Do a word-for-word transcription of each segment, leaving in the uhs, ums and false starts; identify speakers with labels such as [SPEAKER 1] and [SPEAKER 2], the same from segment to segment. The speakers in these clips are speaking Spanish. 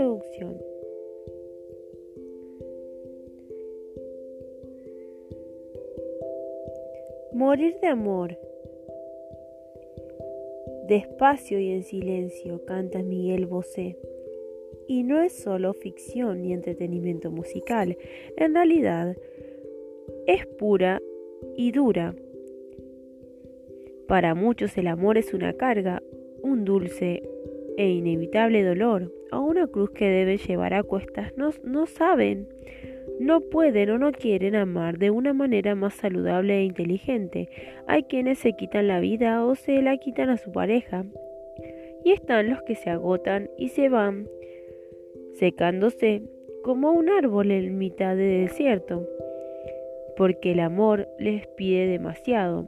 [SPEAKER 1] Introducción. Morir de amor. Despacio y en silencio canta Miguel Bosé. Y no es solo ficción ni entretenimiento musical, en realidad es pura y dura. Para muchos el amor es una carga, un dulce e inevitable dolor, o una cruz que deben llevar a cuestas. No, no saben, no pueden o no quieren amar de una manera más saludable e inteligente. Hay quienes se quitan la vida o se la quitan a su pareja. Y están los que se agotan y se van, secándose como un árbol en mitad del desierto, porque el amor les pide demasiado.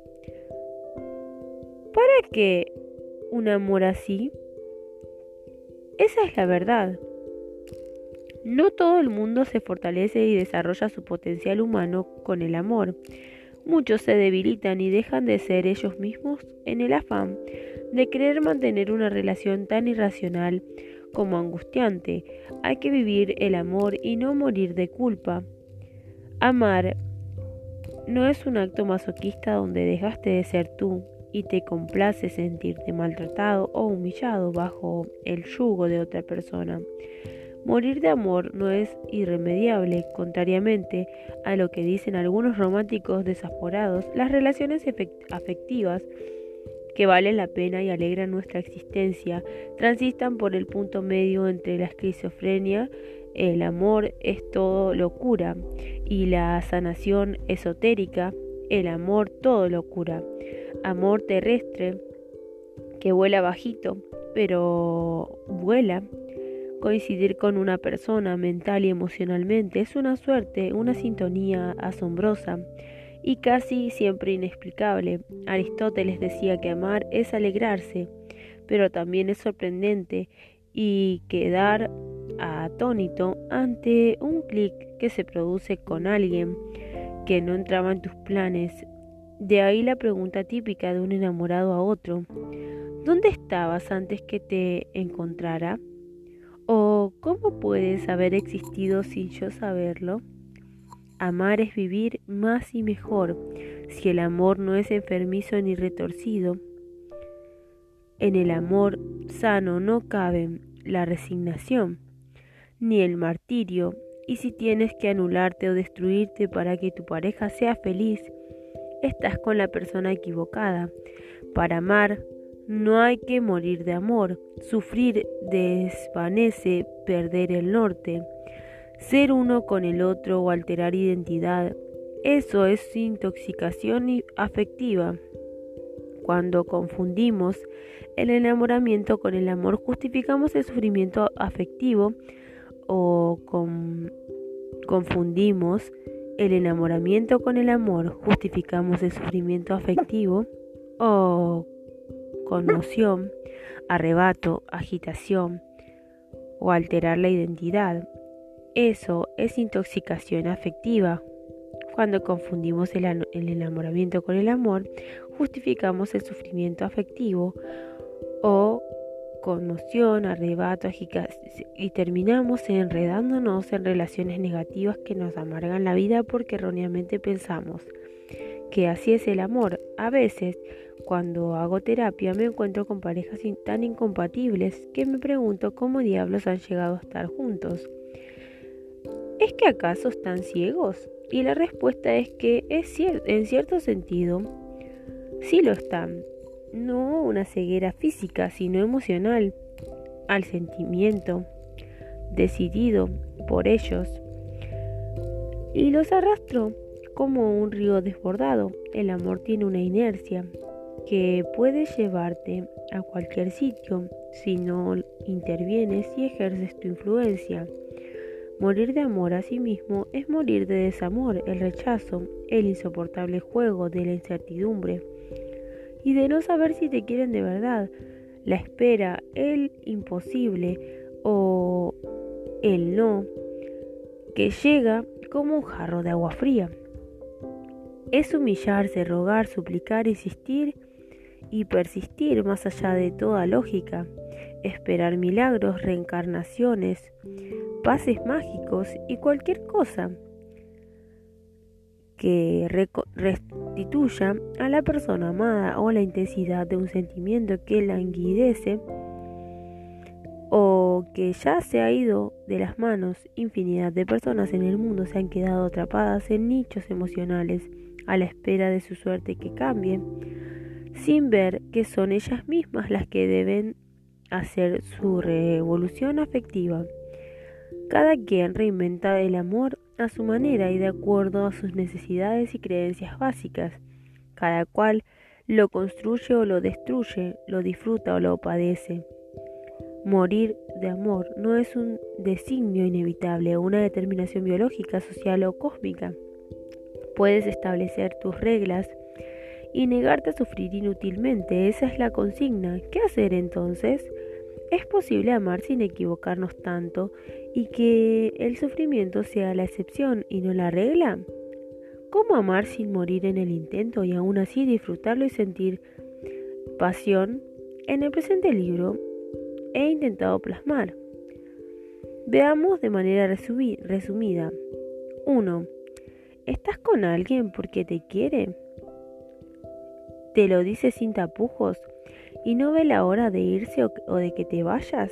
[SPEAKER 1] ¿Para qué un amor así? Esa es la verdad. No todo el mundo se fortalece y desarrolla su potencial humano con el amor. Muchos se debilitan y dejan de ser ellos mismos en el afán de querer mantener una relación tan irracional como angustiante. Hay que vivir el amor y no morir de culpa. Amar no es un acto masoquista donde dejaste de ser tú y te complace sentirte maltratado o humillado bajo el yugo de otra persona. Morir de amor no es irremediable, contrariamente a lo que dicen algunos románticos desaforados. Las relaciones afectivas que valen la pena y alegran nuestra existencia transitan por el punto medio entre la esquizofrenia, el amor es todo locura, y la sanación esotérica, el amor todo locura. Amor terrestre que vuela bajito, pero vuela. Coincidir con una persona mental y emocionalmente es una suerte, una sintonía asombrosa y casi siempre inexplicable. Aristóteles decía que amar es alegrarse, pero también es sorprendente y quedar atónito ante un clic que se produce con alguien que no entraba en tus planes. De ahí la pregunta típica de un enamorado a otro: ¿dónde estabas antes que te encontrara? ¿O cómo puedes haber existido sin yo saberlo? Amar es vivir más y mejor, si el amor no es enfermizo ni retorcido. En el amor sano no caben la resignación ni el martirio, y si tienes que anularte o destruirte para que tu pareja sea feliz, estás con la persona equivocada. Para amar no hay que morir de amor. Sufrir desvanece perder el norte. Ser uno con el otro o alterar identidad, eso es intoxicación afectiva. Cuando confundimos el enamoramiento con el amor, justificamos el sufrimiento afectivo, o con, confundimos el enamoramiento con el amor, justificamos el sufrimiento afectivo, o conmoción, arrebato, agitación o alterar la identidad. Eso es intoxicación afectiva. Cuando confundimos el, el enamoramiento con el amor, justificamos el sufrimiento afectivo o conmoción, arrebato, agitación y terminamos enredándonos en relaciones negativas que nos amargan la vida porque erróneamente pensamos que así es el amor. A veces, cuando hago terapia, me encuentro con parejas tan incompatibles que me pregunto cómo diablos han llegado a estar juntos. ¿Es que acaso están ciegos? Y la respuesta es que es cier- en cierto sentido, sí lo están. No una ceguera física, sino emocional, al sentimiento, decidido por ellos. Y los arrastro como un río desbordado. El amor tiene una inercia que puede llevarte a cualquier sitio si no intervienes y ejerces tu influencia. Morir de amor a sí mismo es morir de desamor, el rechazo, el insoportable juego de la incertidumbre y de no saber si te quieren de verdad, la espera, el imposible o el no, que llega como un jarro de agua fría. Es humillarse, rogar, suplicar, insistir y persistir más allá de toda lógica. esperar milagros, reencarnaciones, pases mágicos y cualquier cosa que restituya a la persona amada o la intensidad de un sentimiento que languidece o que ya se ha ido de las manos. Infinidad de personas en el mundo se han quedado atrapadas en nichos emocionales a la espera de su suerte que cambie, sin ver que son ellas mismas las que deben hacer su revolución afectiva. Cada quien reinventa el amor a su manera y de acuerdo a sus necesidades y creencias básicas. Cada cual lo construye o lo destruye, lo disfruta o lo padece. Morir de amor no es un designio inevitable o una determinación biológica, social o cósmica. Puedes establecer tus reglas y negarte a sufrir inútilmente. Esa es la consigna. ¿Qué hacer entonces? ¿Es posible amar sin equivocarnos tanto y que el sufrimiento sea la excepción y no la regla? ¿Cómo amar sin morir en el intento y aún así disfrutarlo y sentir pasión? En el presente libro he intentado plasmar. Veamos de manera resumida. uno. ¿Estás con alguien porque te quiere? ¿Te lo dice sin tapujos y no ve la hora de irse o, o de que te vayas?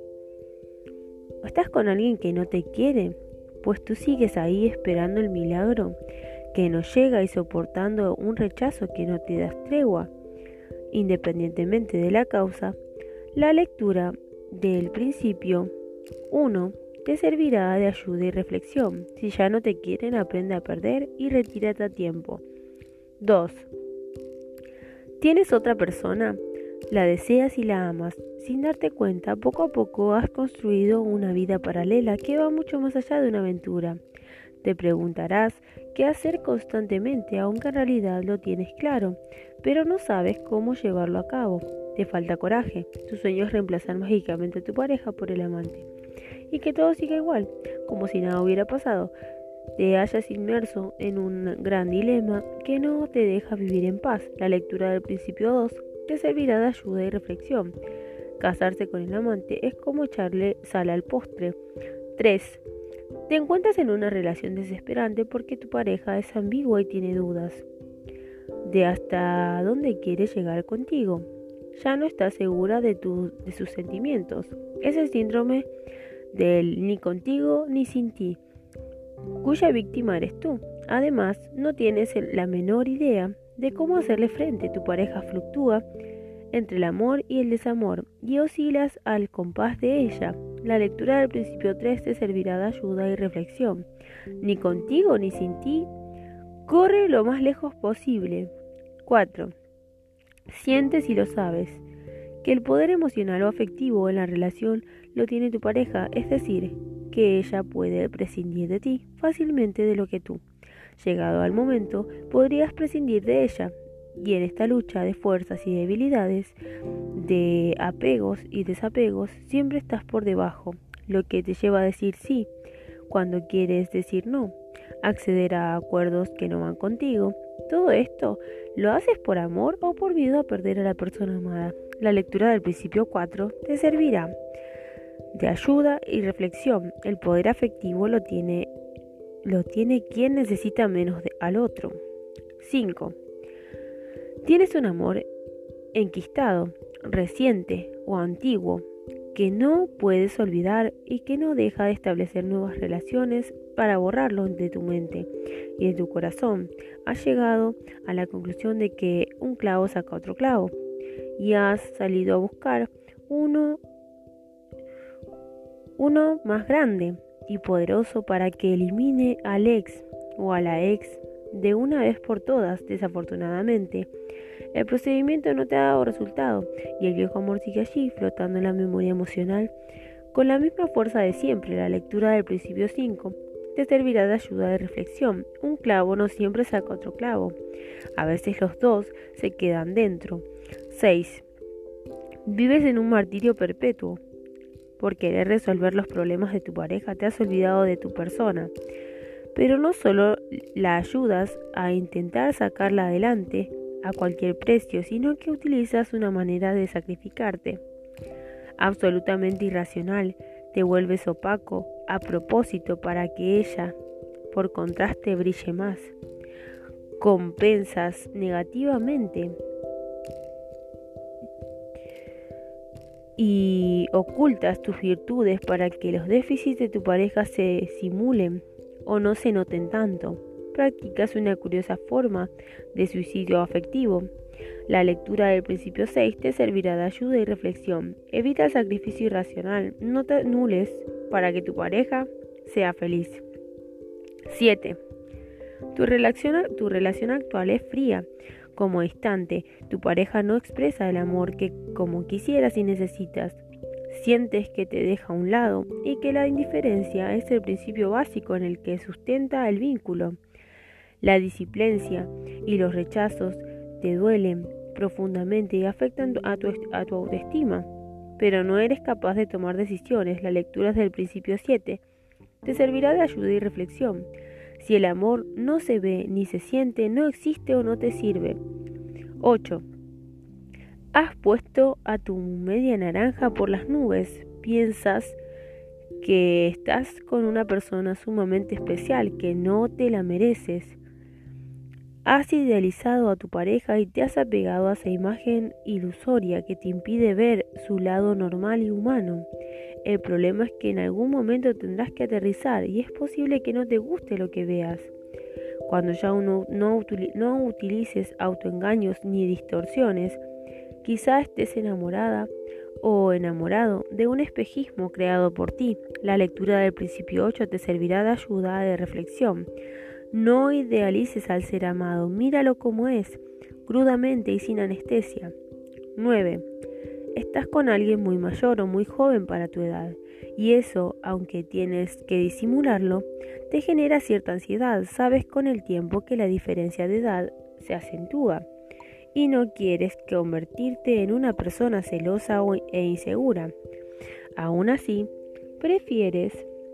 [SPEAKER 1] ¿O estás con alguien que no te quiere? Pues tú sigues ahí esperando el milagro que no llega y soportando un rechazo que no te da tregua. Independientemente de la causa, la lectura del principio uno te servirá de ayuda y reflexión. Si ya no te quieren, aprende a perder y retírate a tiempo. dos. ¿Tienes otra persona? La deseas y la amas. Sin darte cuenta, poco a poco has construido una vida paralela que va mucho más allá de una aventura. Te preguntarás qué hacer constantemente, aunque en realidad lo tienes claro, pero no sabes cómo llevarlo a cabo. Te falta coraje. Tu sueño es reemplazar mágicamente a tu pareja por el amante. Y que todo siga igual, como si nada hubiera pasado. Te hallas inmerso en un gran dilema que no te deja vivir en paz. La lectura del principio dos te servirá de ayuda y reflexión. Casarse con el amante es como echarle sal al postre. tres. Te encuentras en una relación desesperante porque tu pareja es ambigua y tiene dudas de hasta dónde quiere llegar contigo. Ya no estás segura de, tu, de sus sentimientos. Es el síndrome del ni contigo ni sin ti, cuya víctima eres tú. Además, no tienes la menor idea de cómo hacerle frente. Tu pareja fluctúa entre el amor y el desamor y oscilas al compás de ella. La lectura del principio tres te servirá de ayuda y reflexión. Ni contigo ni sin ti, corre lo más lejos posible. cuatro. Sientes y lo sabes, que el poder emocional o afectivo en la relación lo tiene tu pareja, es decir, que ella puede prescindir de ti fácilmente de lo que tú, llegado al momento, podrías prescindir de ella. Y en esta lucha de fuerzas y debilidades, de apegos y desapegos, siempre estás por debajo, lo que te lleva a decir sí cuando quieres decir no, acceder a acuerdos que no van contigo. Todo esto lo haces por amor o por miedo a perder a la persona amada. La lectura del principio cuatro te servirá de ayuda y reflexión. El poder afectivo lo tiene, lo tiene quien necesita menos de, al otro. cinco. Tienes un amor enquistado, reciente o antiguo que no puedes olvidar y que no deja de establecer nuevas relaciones para borrarlo de tu mente y de tu corazón. Has llegado a la conclusión de que un clavo saca otro clavo y has salido a buscar uno, uno más grande y poderoso para que elimine al ex o a la ex de una vez por todas. Desafortunadamente, el procedimiento no te ha dado resultado y el viejo amor sigue allí, flotando en la memoria emocional con la misma fuerza de siempre. La lectura del principio cinco te servirá de ayuda de reflexión. Un clavo no siempre saca otro clavo. A veces los dos se quedan dentro. seis. Vives en un martirio perpetuo. Por querer resolver los problemas de tu pareja te has olvidado de tu persona. Pero no solo la ayudas a intentar sacarla adelante a cualquier precio, sino que utilizas una manera de sacrificarte. absolutamente irracional, te vuelves opaco a propósito para que ella, por contraste, brille más. Compensas negativamente y ocultas tus virtudes para que los déficits de tu pareja se simulen o no se noten tanto. Practicas una curiosa forma de suicidio afectivo. La lectura del principio seis te servirá de ayuda y reflexión. Evita el sacrificio irracional. No te anules para que tu pareja sea feliz. siete. Tu relación, tu relación actual es fría, como distante. Tu pareja no expresa el amor que como quisieras y necesitas. Sientes que te deja a un lado y que la indiferencia es el principio básico en el que sustenta el vínculo. La disciplicia y los rechazos te duelen profundamente y afectan a tu, a tu autoestima, pero no eres capaz de tomar decisiones. La lectura del principio siete te servirá de ayuda y reflexión. Si el amor no se ve ni se siente, no existe o no te sirve. ocho. Has puesto a tu media naranja por las nubes. Piensas que estás con una persona sumamente especial, que no te la mereces. Has idealizado a tu pareja y te has apegado a esa imagen ilusoria que te impide ver su lado normal y humano. El problema es que en algún momento tendrás que aterrizar y es posible que no te guste lo que veas. Cuando ya uno no, no utilices autoengaños ni distorsiones, quizá estés enamorada o enamorado de un espejismo creado por ti. La lectura del principio ocho te servirá de ayuda de reflexión. No idealices al ser amado, míralo como es, crudamente y sin anestesia. nueve. Estás con alguien muy mayor o muy joven para tu edad, y eso, aunque tienes que disimularlo, te genera cierta ansiedad. Sabes con el tiempo que la diferencia de edad se acentúa, y no quieres convertirte en una persona celosa e insegura. Aún así, prefieres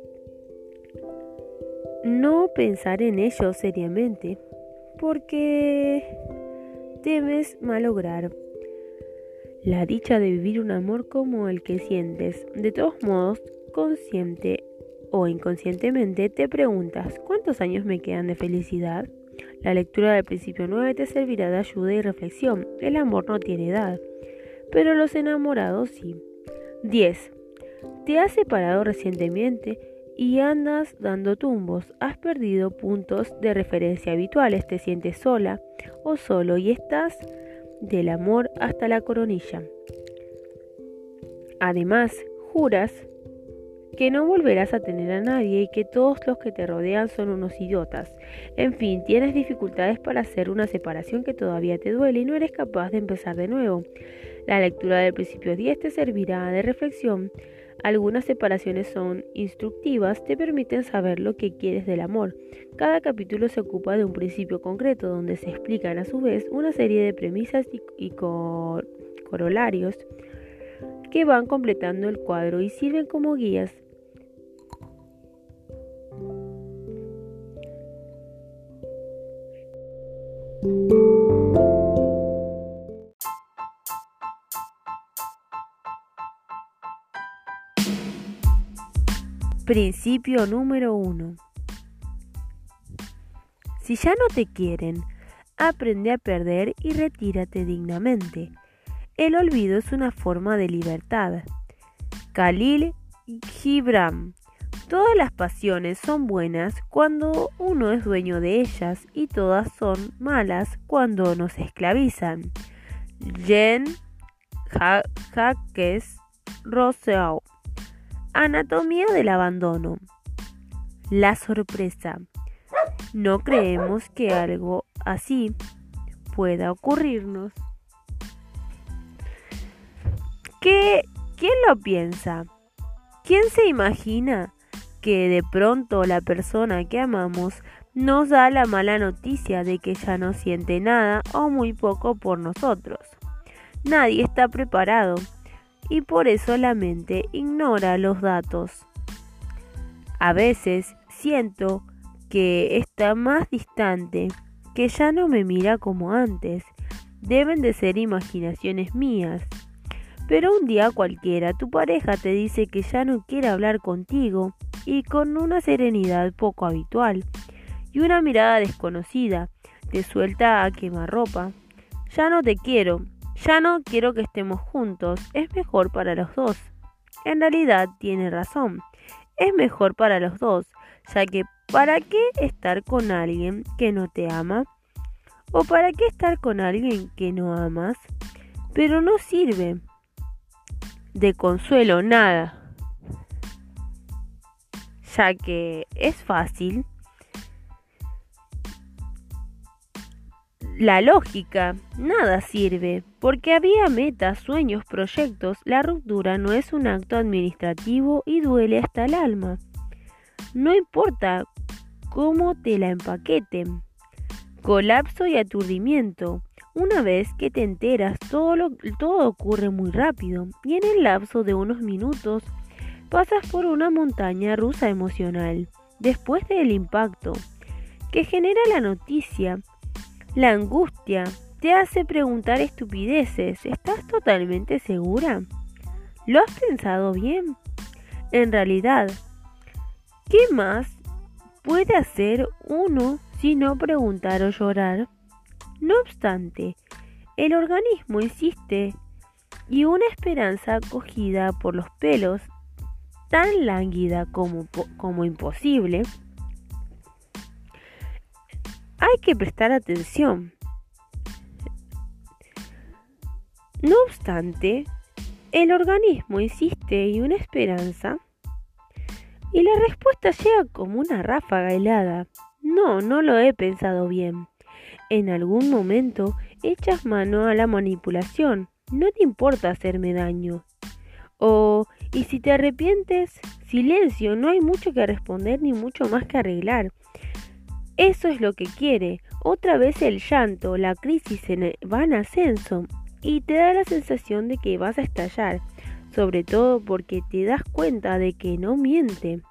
[SPEAKER 1] no pensar en ello seriamente, porque temes malograr la dicha de vivir un amor como el que sientes. De todos modos, consciente o inconscientemente te preguntas, ¿cuántos años me quedan de felicidad? La lectura del principio nueve te servirá de ayuda y reflexión. El amor no tiene edad, pero los enamorados sí. diez. Te has separado recientemente y andas dando tumbos. Has perdido puntos de referencia habituales. Te sientes sola o solo y estás del amor hasta la coronilla. Además, juras que no volverás a tener a nadie y que todos los que te rodean son unos idiotas. En fin, tienes dificultades para hacer una separación que todavía te duele y no eres capaz de empezar de nuevo. La lectura del principio diez te servirá de reflexión. Algunas separaciones son instructivas, te permiten saber lo que quieres del amor. Cada capítulo se ocupa de un principio concreto donde se explican a su vez una serie de premisas y, y cor- corolarios que van completando el cuadro y sirven como guías. Principio número uno. Si ya no te quieren, aprende a perder y retírate dignamente. El olvido es una forma de libertad. Khalil Gibran. Todas las pasiones son buenas cuando uno es dueño de ellas y todas son malas cuando nos esclavizan. Jean Jacques Rousseau. Anatomía del abandono. La sorpresa. No creemos que algo así pueda ocurrirnos. ¿Qué, ¿Quién lo piensa? ¿Quién se imagina que de pronto la persona que amamos nos da la mala noticia de que ya no siente nada o muy poco por nosotros? Nadie está preparado y por eso la mente ignora los datos. A veces siento que está más distante, que ya no me mira como antes. Deben de ser imaginaciones mías. Pero un día cualquiera tu pareja te dice que ya no quiere hablar contigo y con una serenidad poco habitual y una mirada desconocida te suelta a quemarropa. Ya no te quiero, ya no quiero que estemos juntos, es mejor para los dos. En realidad tiene razón, es mejor para los dos, ya que ¿para qué estar con alguien que no te ama? ¿O para qué estar con alguien que no amas? Pero no sirve de consuelo nada, ya que es fácil. La lógica, nada sirve, porque había metas, sueños, proyectos. La ruptura no es un acto administrativo y duele hasta el alma. No importa cómo te la empaqueten. Colapso y aturdimiento. Una vez que te enteras, todo, lo, todo ocurre muy rápido y en el lapso de unos minutos pasas por una montaña rusa emocional. Después del impacto que genera la noticia, la angustia te hace preguntar estupideces. ¿Estás totalmente segura? ¿Lo has pensado bien? En realidad, ¿qué más puede hacer uno si no preguntar o llorar? No obstante, el organismo insiste y una esperanza cogida por los pelos, tan lánguida como, como imposible, hay que prestar atención. No obstante, el organismo insiste y una esperanza, y la respuesta llega como una ráfaga helada. No, no lo he pensado bien. En algún momento echas mano a la manipulación. No te importa hacerme daño. O, y si te arrepientes, silencio, no hay mucho que responder ni mucho más que arreglar. Eso es lo que quiere. Otra vez el llanto, la crisis va en ascenso y te da la sensación de que vas a estallar, sobre todo porque te das cuenta de que no miente.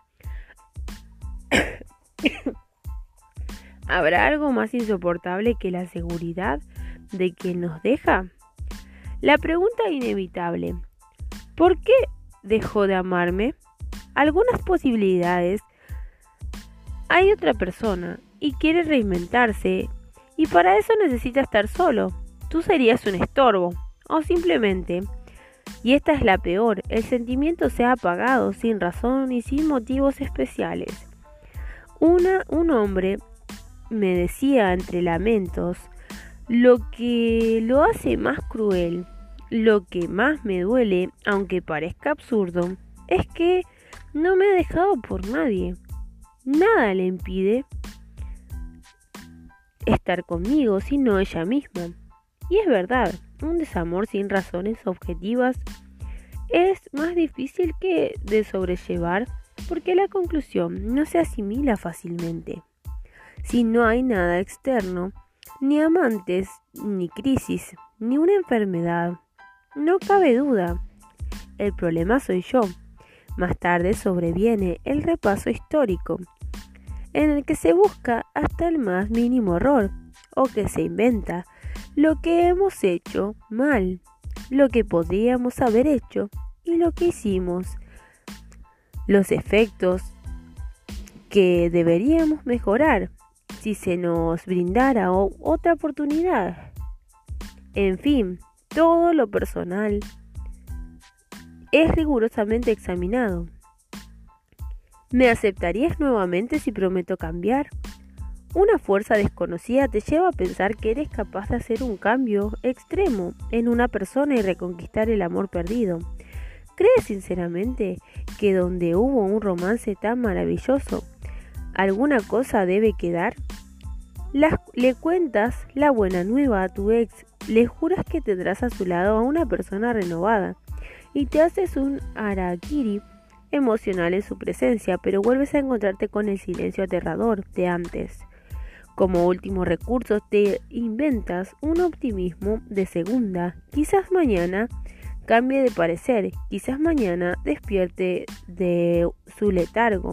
[SPEAKER 1] ¿Habrá algo más insoportable que la seguridad de quien nos deja? La pregunta inevitable: ¿por qué dejó de amarme? Algunas posibilidades. Hay otra persona y quiere reinventarse y para eso necesita estar solo. Tú serías un estorbo o simplemente, y esta es la peor, el sentimiento se ha apagado sin razón y sin motivos especiales. Una, un hombre me decía entre lamentos: lo que lo hace más cruel, lo que más me duele, aunque parezca absurdo, es que no me ha dejado por nadie. Nada le impide estar conmigo, sino ella misma. Y es verdad, un desamor sin razones objetivas es más difícil que de sobrellevar porque la conclusión no se asimila fácilmente. Si no hay nada externo, ni amantes, ni crisis, ni una enfermedad, no cabe duda. El problema soy yo. Más tarde sobreviene el repaso histórico, en el que se busca hasta el más mínimo error, o que se inventa lo que hemos hecho mal, lo que podríamos haber hecho y lo que hicimos, los efectos que deberíamos mejorar si se nos brindara otra oportunidad. En fin, todo lo personal es rigurosamente examinado. ¿Me aceptarías nuevamente si prometo cambiar? Una fuerza desconocida te lleva a pensar que eres capaz de hacer un cambio extremo en una persona y reconquistar el amor perdido. ¿Crees sinceramente que donde hubo un romance tan maravilloso, alguna cosa debe quedar? Las, le cuentas la buena nueva a tu ex, le juras que tendrás a su lado a una persona renovada y te haces un harakiri emocional en su presencia, pero vuelves a encontrarte con el silencio aterrador de antes. Como último recurso te inventas un optimismo de segunda. Quizás mañana cambie de parecer, quizás mañana despierte de su letargo.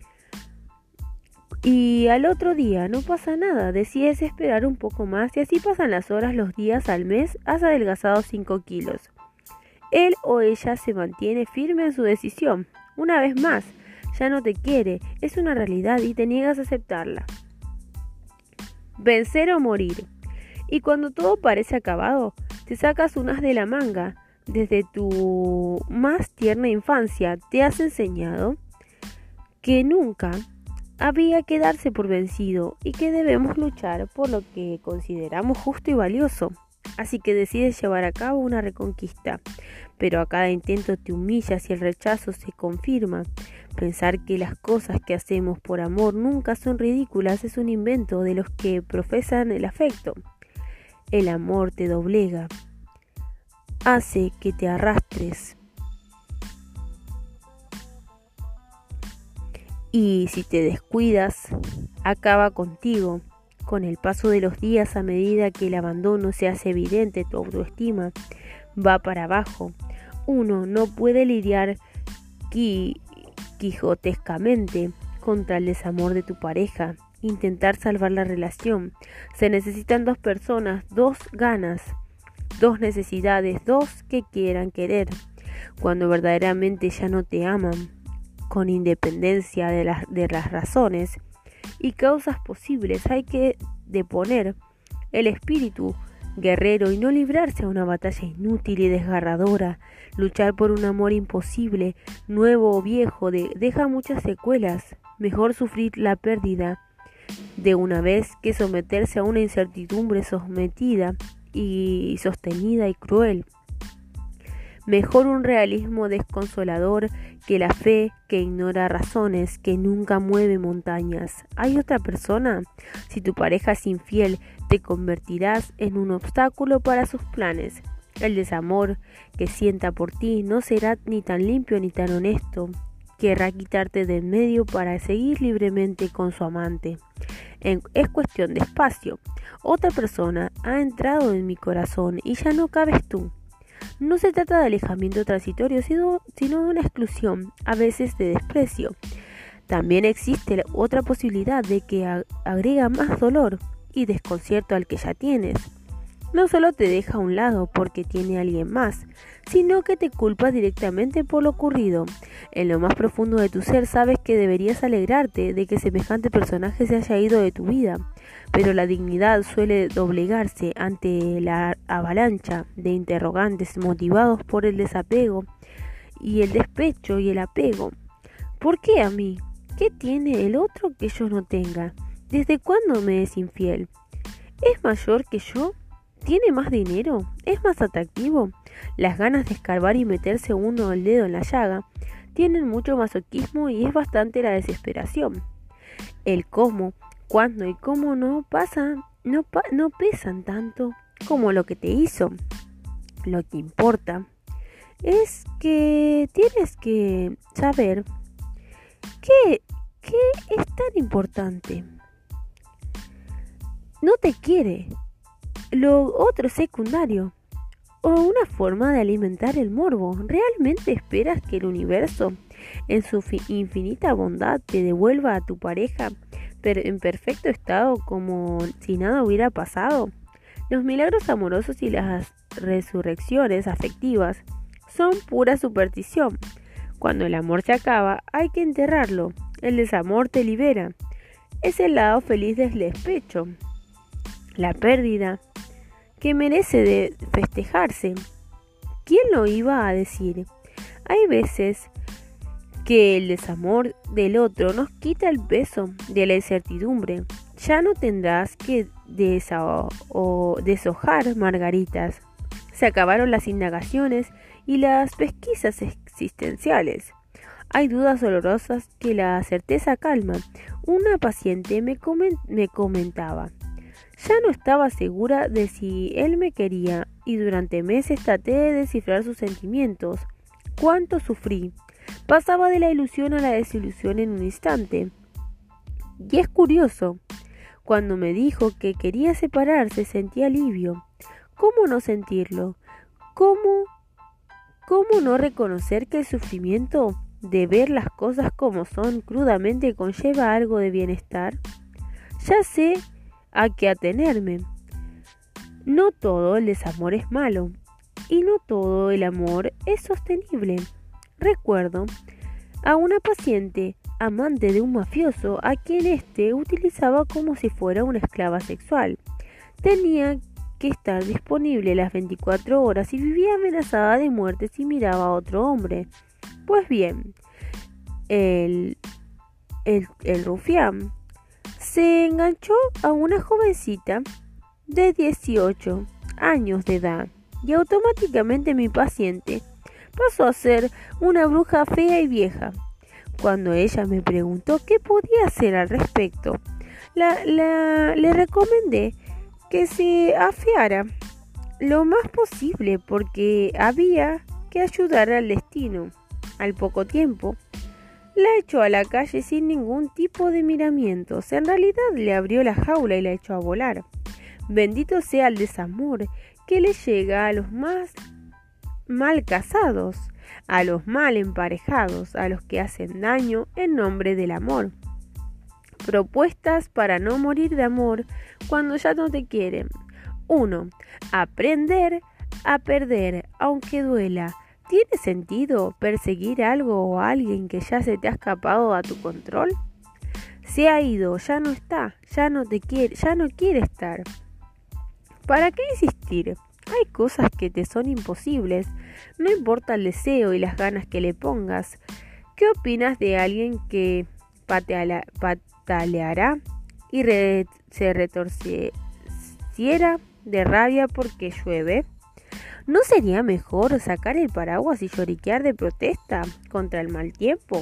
[SPEAKER 1] Y al otro día no pasa nada, decides esperar un poco más y así pasan las horas, los días, al mes, has adelgazado cinco kilos. él o ella se mantiene firme en su decisión. Una vez más, ya no te quiere, es una realidad y te niegas a aceptarla. Vencer o morir. Y cuando todo parece acabado, te sacas un as de la manga. Desde tu más tierna infancia te has enseñado que nunca había que darse por vencido y que debemos luchar por lo que consideramos justo y valioso. Así que decides llevar a cabo una reconquista, pero a cada intento te humillas y el rechazo se confirma. Pensar que las cosas que hacemos por amor nunca son ridículas es un invento de los que profesan el afecto. El amor te doblega, hace que te arrastres. Y si te descuidas, acaba contigo. Con el paso de los días, a medida que el abandono se hace evidente, tu autoestima va para abajo. Uno no puede lidiar qui- quijotescamente contra el desamor de tu pareja, intentar salvar la relación. Se necesitan dos personas, dos ganas, dos necesidades, dos que quieran querer. Cuando verdaderamente ya no te aman, con independencia de las, de las razones y causas posibles, hay que deponer el espíritu guerrero y no librarse a una batalla inútil y desgarradora. Luchar por un amor imposible, nuevo o viejo, de, deja muchas secuelas. Mejor sufrir la pérdida de una vez que someterse a una incertidumbre sometida y sostenida y cruel. Mejor un realismo desconsolador que la fe que ignora razones, que nunca mueve montañas. ¿Hay otra persona? Si tu pareja es infiel, te convertirás en un obstáculo para sus planes. El desamor que sienta por ti no será ni tan limpio ni tan honesto. Querrá quitarte de en medio para seguir libremente con su amante. En, es cuestión de espacio. Otra persona ha entrado en mi corazón y ya no cabes tú. No se trata de alejamiento transitorio, sino, sino de una exclusión, a veces de desprecio. También existe otra posibilidad de que ag- agrega más dolor y desconcierto al que ya tienes. No solo te deja a un lado porque tiene a alguien más, sino que te culpa directamente por lo ocurrido. En lo más profundo de tu ser sabes que deberías alegrarte de que semejante personaje se haya ido de tu vida, pero la dignidad suele doblegarse ante la avalancha de interrogantes motivados por el desapego y el despecho y el apego. ¿Por qué a mí? ¿Qué tiene el otro que yo no tenga? ¿Desde cuándo me es infiel? ¿Es mayor que yo? ¿Tiene más dinero? ¿Es más atractivo? Las ganas de escarbar y meterse uno el dedo en la llaga tienen mucho masoquismo y es bastante la desesperación. El cómo, cuándo y cómo no pasan, no, pa- no pesan tanto como lo que te hizo. Lo que importa es que tienes que saber qué, qué es tan importante. No te quiere. Lo otro es secundario, o una forma de alimentar el morbo. ¿Realmente esperas que el universo, en su fi- infinita bondad, te devuelva a tu pareja pero en perfecto estado como si nada hubiera pasado? Los milagros amorosos y las resurrecciones afectivas son pura superstición. Cuando el amor se acaba, hay que enterrarlo. El desamor te libera. Es el lado feliz del despecho. La pérdida que merece de festejarse. ¿Quién lo iba a decir? Hay veces que el desamor del otro nos quita el peso de la incertidumbre. Ya no tendrás que desaho- o deshojar margaritas. Se acabaron las indagaciones y las pesquisas existenciales. Hay dudas dolorosas que la certeza calma. Una paciente me, comen- me comentaba: ya no estaba segura de si él me quería y durante meses traté de descifrar sus sentimientos. ¿Cuánto sufrí? Pasaba de la ilusión a la desilusión en un instante. Y es curioso, cuando me dijo que quería separarse sentí alivio. ¿Cómo no sentirlo? ¿Cómo, cómo no reconocer que el sufrimiento de ver las cosas como son crudamente conlleva algo de bienestar? Ya sé a qué atenerme. No todo el desamor es malo. y no todo el amor es sostenible. Recuerdo a una paciente amante de un mafioso a quien éste utilizaba como si fuera una esclava sexual. Tenía que estar disponible las veinticuatro horas y vivía amenazada de muerte si miraba a otro hombre. Pues bien, el, el, el rufián se enganchó a una jovencita de dieciocho años de edad y automáticamente mi paciente pasó a ser una bruja fea y vieja. Cuando ella me preguntó qué podía hacer al respecto, la, la, le recomendé que se afiara lo más posible porque había que ayudar al destino. Al poco tiempo, la echó a la calle sin ningún tipo de miramientos. En realidad le abrió la jaula y la echó a volar. Bendito sea el desamor que le llega a los más mal casados, a los mal emparejados, a los que hacen daño en nombre del amor. Propuestas para no morir de amor cuando ya no te quieren. uno. Aprender a perder, aunque duela. ¿Tiene sentido perseguir algo o a alguien que ya se te ha escapado a tu control? Se ha ido, ya no está, ya no te quiere, ya no quiere estar. ¿Para qué insistir? Hay cosas que te son imposibles, no importa el deseo y las ganas que le pongas. ¿Qué opinas de alguien que pateala, pataleará y re, se retorciera de rabia porque llueve? ¿No sería mejor sacar el paraguas y lloriquear de protesta contra el mal tiempo?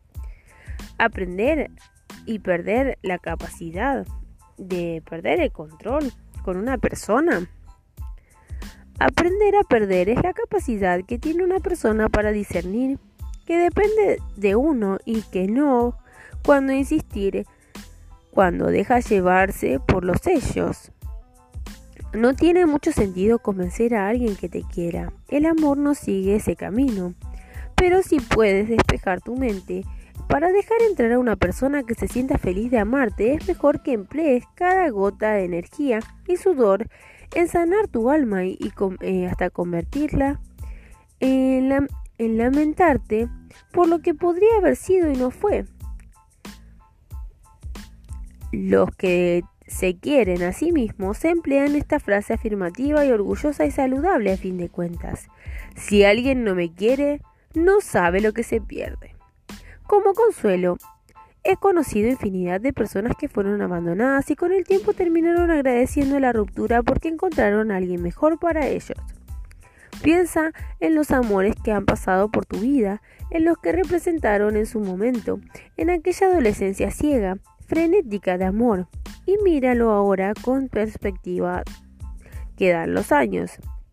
[SPEAKER 1] Aprender y perder la capacidad de perder el control con una persona. Aprender a perder es la capacidad que tiene una persona para discernir que depende de uno y que no, cuando insistir, cuando deja llevarse por los sellos. No tiene mucho sentido convencer a alguien que te quiera. El amor no sigue ese camino. Pero si puedes despejar tu mente para dejar entrar a una persona que se sienta feliz de amarte, es mejor que emplees cada gota de energía y sudor en sanar tu alma y, y eh, hasta convertirla en, la, en lamentarte por lo que podría haber sido y no fue. Los que se quieren a sí mismos emplean esta frase afirmativa y orgullosa y saludable a fin de cuentas. Si alguien no me quiere, no sabe lo que se pierde. Como consuelo, he conocido infinidad de personas que fueron abandonadas y con el tiempo terminaron agradeciendo la ruptura porque encontraron a alguien mejor para ellos. Piensa en los amores que han pasado por tu vida, en los que representaron en su momento, en aquella adolescencia ciega, frenética de amor, y míralo ahora con perspectiva que dan los años.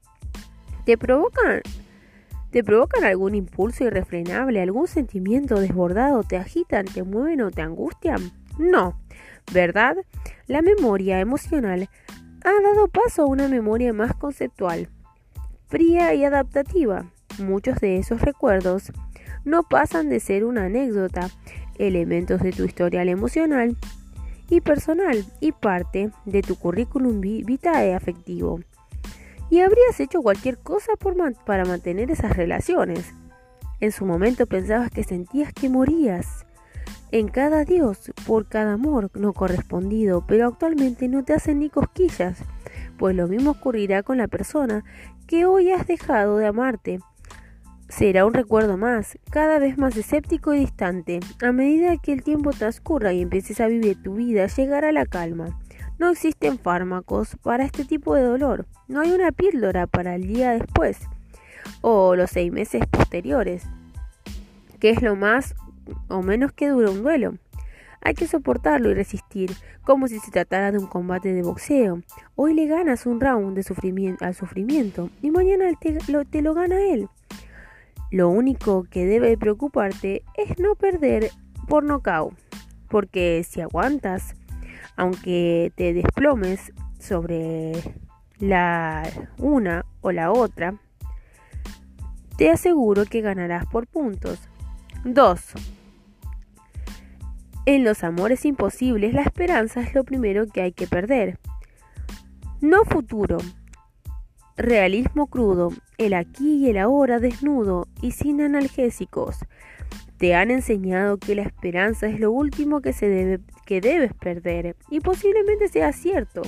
[SPEAKER 1] ¿Te provocan, te provocan algún impulso irrefrenable, algún sentimiento desbordado, te agitan, te mueven o te angustian? No, ¿verdad? La memoria emocional ha dado paso a una memoria más conceptual, fría y adaptativa. Muchos de esos recuerdos no pasan de ser una anécdota, elementos de tu historial emocional y personal y parte de tu currículum vitae afectivo. Y habrías hecho cualquier cosa por man- para mantener esas relaciones. En su momento pensabas que sentías que morías en cada adiós por cada amor no correspondido, pero actualmente no te hacen ni cosquillas, pues lo mismo ocurrirá con la persona que hoy has dejado de amarte. Será un recuerdo más, cada vez más escéptico y distante. A medida que el tiempo transcurra y empieces a vivir tu vida, llegará la calma. No existen fármacos para este tipo de dolor. No hay una píldora para el día después o los seis meses posteriores, que es lo más o menos que dura un duelo. Hay que soportarlo y resistir, como si se tratara de un combate de boxeo. Hoy le ganas un round de sufrimiento, al sufrimiento y mañana te lo, te lo gana él. Lo único que debe preocuparte es no perder por nocaut, porque si aguantas, aunque te desplomes sobre la una o la otra, te aseguro que ganarás por puntos. dos. En los amores imposibles, la esperanza es lo primero que hay que perder. No futuro. Realismo crudo. el aquí y el ahora desnudo y sin analgésicos. Te han enseñado que la esperanza es lo último que, se debe, que debes perder, y posiblemente sea cierto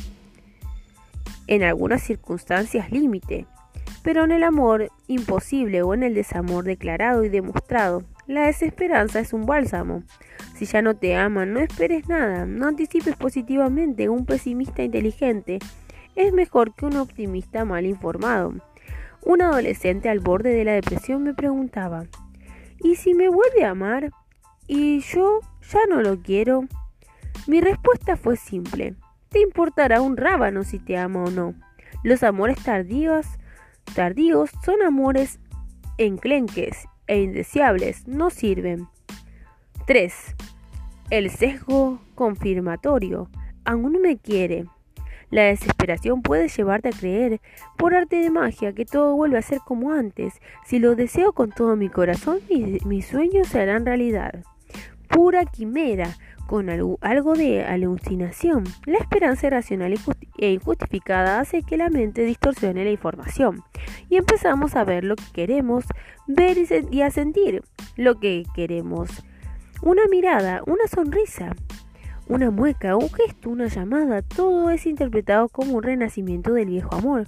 [SPEAKER 1] en algunas circunstancias límite, pero en el amor imposible o en el desamor declarado y demostrado, la desesperanza es un bálsamo. Si ya no te aman, no esperes nada, no anticipes positivamente. Un pesimista inteligente es mejor que un optimista mal informado. Un adolescente al borde de la depresión me preguntaba: ¿y si me vuelve a amar y yo ya no lo quiero? Mi respuesta fue simple: te importará un rábano si te ama o no. Los amores tardíos, tardíos son amores enclenques e indeseables, no sirven. tres. El sesgo confirmatorio. Aún me quiere. La desesperación puede llevarte a creer, por arte de magia, que todo vuelve a ser como antes. Si lo deseo con todo mi corazón, mis, mis sueños se harán realidad. Pura quimera, con algo, algo de alucinación. La esperanza irracional e injustificada hace que la mente distorsione la información, y empezamos a ver lo que queremos ver y, y a sentir lo que queremos. Una mirada, una sonrisa, una mueca, un gesto, una llamada, todo es interpretado como un renacimiento del viejo amor.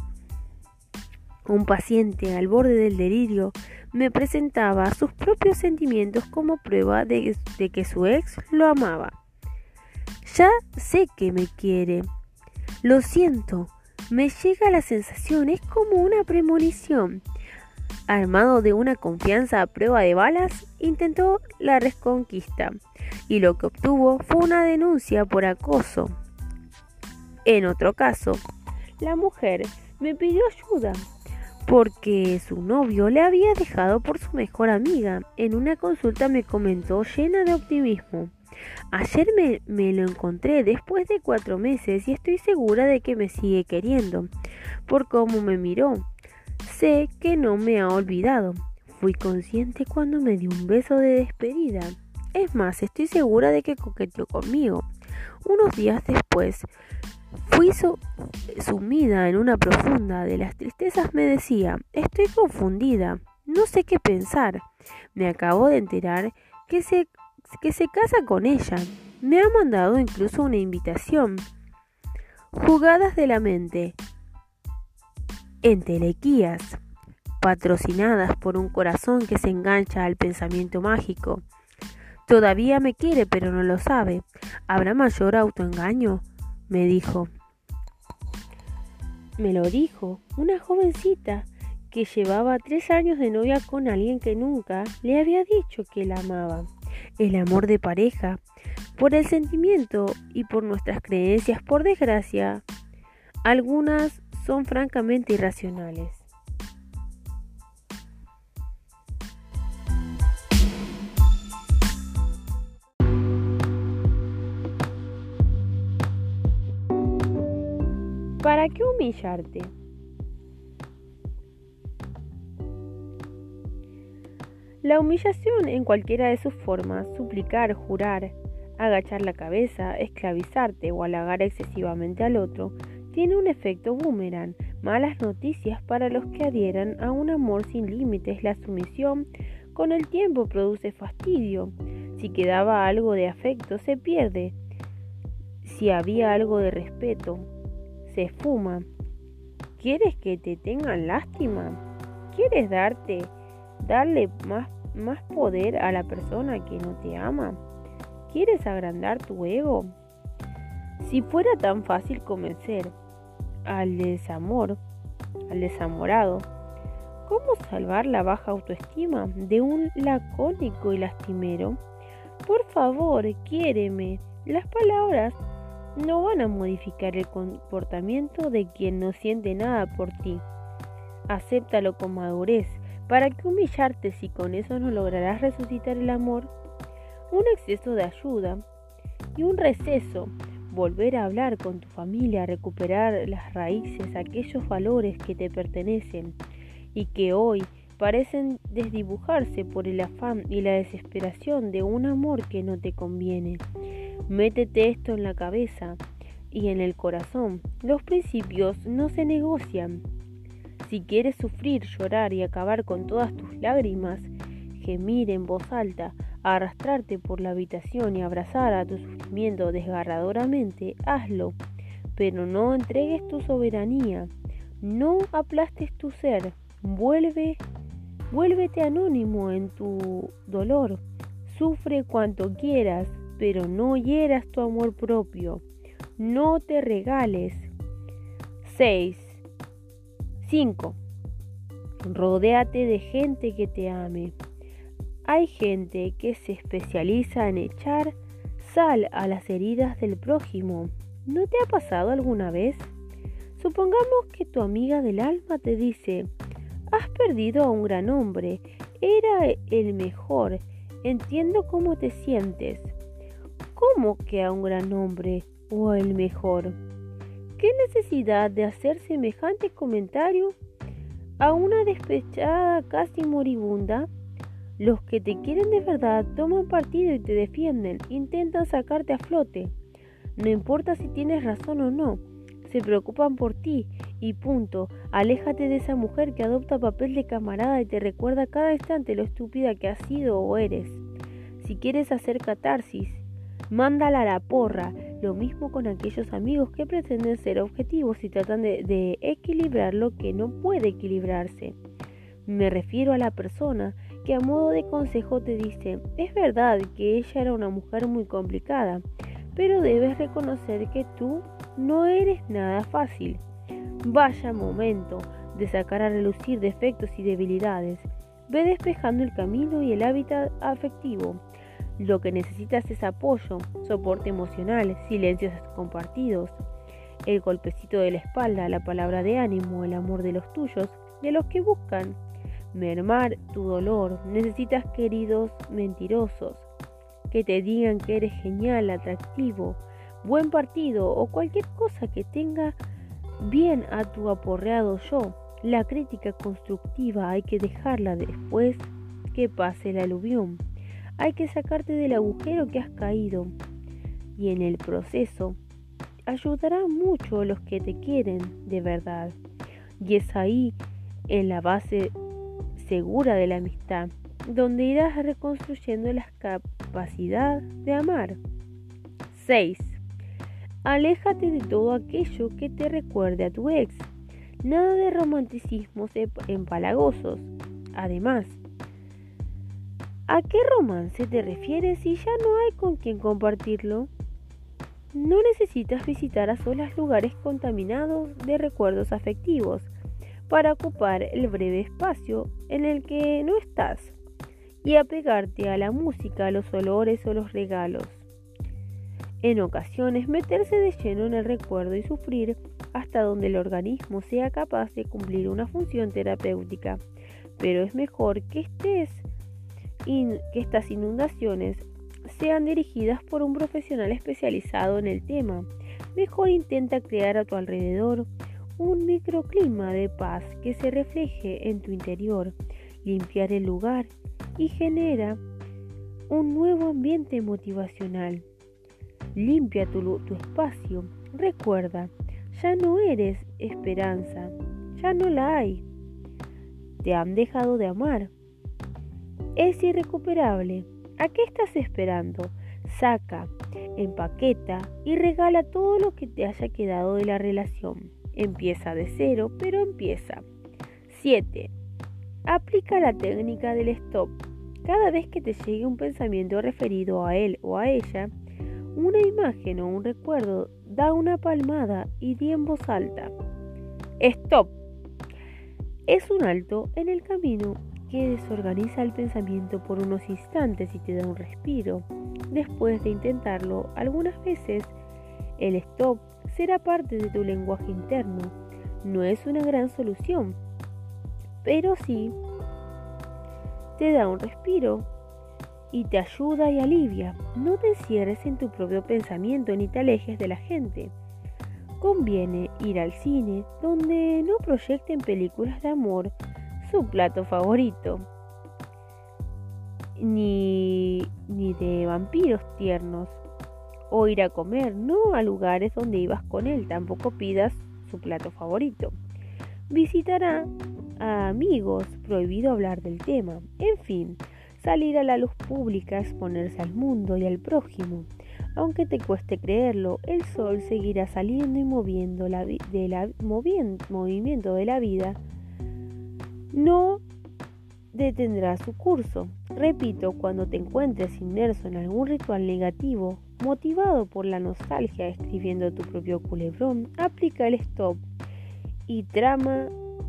[SPEAKER 1] Un paciente al borde del delirio me presentaba sus propios sentimientos como prueba de, de que su ex lo amaba. Ya sé que me quiere. Lo siento, me llega la sensación, es como una premonición. Armado de una confianza a prueba de balas, intentó la reconquista, y lo que obtuvo fue una denuncia por acoso. En otro caso, la mujer me pidió ayuda porque su novio le había dejado por su mejor amiga. En una consulta me comentó llena de optimismo: ayer me, me lo encontré después de cuatro meses y estoy segura de que me sigue queriendo. Por cómo me miró, sé que no me ha olvidado. Fui consciente cuando me dio un beso de despedida. Es más, estoy segura de que coqueteó conmigo. Unos días después, fui su- sumida en una profunda de las tristezas. Me decía: estoy confundida, no sé qué pensar. Me acabo de enterar que se, que se casa con ella. Me ha mandado incluso una invitación. Jugadas de la mente, entelequías, patrocinadas por un corazón que se engancha al pensamiento mágico. Todavía me quiere, pero no lo sabe. ¿Habrá mayor autoengaño?, me dijo. Me lo dijo una jovencita que llevaba tres años de novia con alguien que nunca le había dicho que la amaba. El amor de pareja, por el sentimiento y por nuestras creencias, por desgracia, algunas son francamente irracionales. ¿Para qué humillarte? La humillación en cualquiera de sus formas, suplicar, jurar, agachar la cabeza, esclavizarte o halagar excesivamente al otro, tiene un efecto boomerang. Malas noticias para los que adhieran a un amor sin límites. La sumisión con el tiempo produce fastidio. Si quedaba algo de afecto, se pierde. Si había algo de respeto, se esfuma. ¿Quieres que te tengan lástima? ¿Quieres darte, darle más, más poder a la persona que no te ama? ¿Quieres agrandar tu ego? Si fuera tan fácil convencer al desamor, al desamorado, ¿cómo salvar la baja autoestima de un lacónico y lastimero? Por favor, quiéreme. Las palabras no van a modificar el comportamiento de quien no siente nada por ti. Acéptalo con madurez. ¿Para qué humillarte si con eso no lograrás resucitar el amor? Un exceso de ayuda y un receso. Volver a hablar con tu familia, recuperar las raíces, aquellos valores que te pertenecen y que hoy parecen desdibujarse por el afán y la desesperación de un amor que no te conviene. Métete esto en la cabeza y en el corazón. Los principios no se negocian. Si quieres sufrir, llorar y acabar con todas tus lágrimas, gemir en voz alta, arrastrarte por la habitación y abrazar a tu sufrimiento desgarradoramente, hazlo, pero no entregues tu soberanía, no aplastes tu ser, vuelve, vuélvete anónimo en tu dolor, sufre cuanto quieras, pero no hieras tu amor propio, no te regales. seis. cinco. Rodéate de gente que te ame. Hay gente que se especializa en echar sal a las heridas del prójimo. ¿No te ha pasado alguna vez? Supongamos que tu amiga del alma te dice: has perdido a un gran hombre, era el mejor, entiendo cómo te sientes. ¿Cómo que a un gran hombre o el mejor? ¿Qué necesidad de hacer semejante comentario a una despechada casi moribunda? Los que te quieren de verdad toman partido y te defienden, intentan sacarte a flote. No importa si tienes razón o no, se preocupan por ti y punto. Aléjate de esa mujer que adopta papel de camarada y te recuerda cada instante lo estúpida que has sido o eres. Si quieres hacer catarsis, mándala a la porra. Lo mismo con aquellos amigos que pretenden ser objetivos y tratan de, de equilibrar lo que no puede equilibrarse. Me refiero a la persona que a modo de consejo te dice: es verdad que ella era una mujer muy complicada, pero debes reconocer que tú no eres nada fácil. Vaya momento de sacar a relucir defectos y debilidades. Ve despejando el camino y el hábitat afectivo. Lo que necesitas es apoyo, soporte emocional, silencios compartidos, el golpecito de la espalda, la palabra de ánimo, el amor de los tuyos, de los que buscan mermar tu dolor. Necesitas queridos mentirosos que te digan que eres genial, atractivo, buen partido o cualquier cosa que tenga bien a tu aporreado yo. La crítica constructiva hay que dejarla después que pase el aluvión. Hay que sacarte del agujero que has caído y en el proceso ayudará mucho a los que te quieren de verdad. Y es ahí, en la base segura de la amistad, donde irás reconstruyendo la capacidad de amar. seis. Aléjate de todo aquello que te recuerde a tu ex. Nada de romanticismos empalagosos. Además, ¿a qué romance te refieres si ya no hay con quien compartirlo? No necesitas visitar a solas lugares contaminados de recuerdos afectivos para ocupar el breve espacio en el que no estás y apegarte a la música, a los olores o los regalos. En ocasiones, meterse de lleno en el recuerdo y sufrir hasta donde el organismo sea capaz de cumplir una función terapéutica, pero es mejor que estés In, que estas inundaciones sean dirigidas por un profesional especializado en el tema. Mejor intenta crear a tu alrededor un microclima de paz que se refleje en tu interior, limpiar el lugar y genera un nuevo ambiente motivacional. Limpia tu, tu espacio. Recuerda, ya no eres esperanza, ya no la hay. Te han dejado de amar. Es irrecuperable. ¿A qué estás esperando? Saca, empaqueta y regala todo lo que te haya quedado de la relación. Empieza de cero, pero empieza. siete. Aplica la técnica del stop. Cada vez que te llegue un pensamiento referido a él o a ella, una imagen o un recuerdo, da una palmada y di en voz alta: stop. Es un alto en el camino que desorganiza el pensamiento por unos instantes y te da un respiro. Después de intentarlo algunas veces, el stop será parte de tu lenguaje interno. No es una gran solución, pero sí te da un respiro y te ayuda y alivia. No te encierres en tu propio pensamiento ni te alejes de la gente. Conviene ir al cine donde no proyecten películas de amor, su plato favorito, ni, ni de vampiros tiernos, o ir a comer, no a lugares donde ibas con él, tampoco pidas su plato favorito. visitará a amigos, prohibido hablar del tema, en fin, salir a la luz pública, exponerse al mundo y al prójimo. Aunque te cueste creerlo, el sol seguirá saliendo y moviendo la vi- de la movien- movimiento de la vida. No detendrá su curso. Repito, cuando te encuentres inmerso en algún ritual negativo, motivado por la nostalgia escribiendo tu propio culebrón, aplica el stop y trama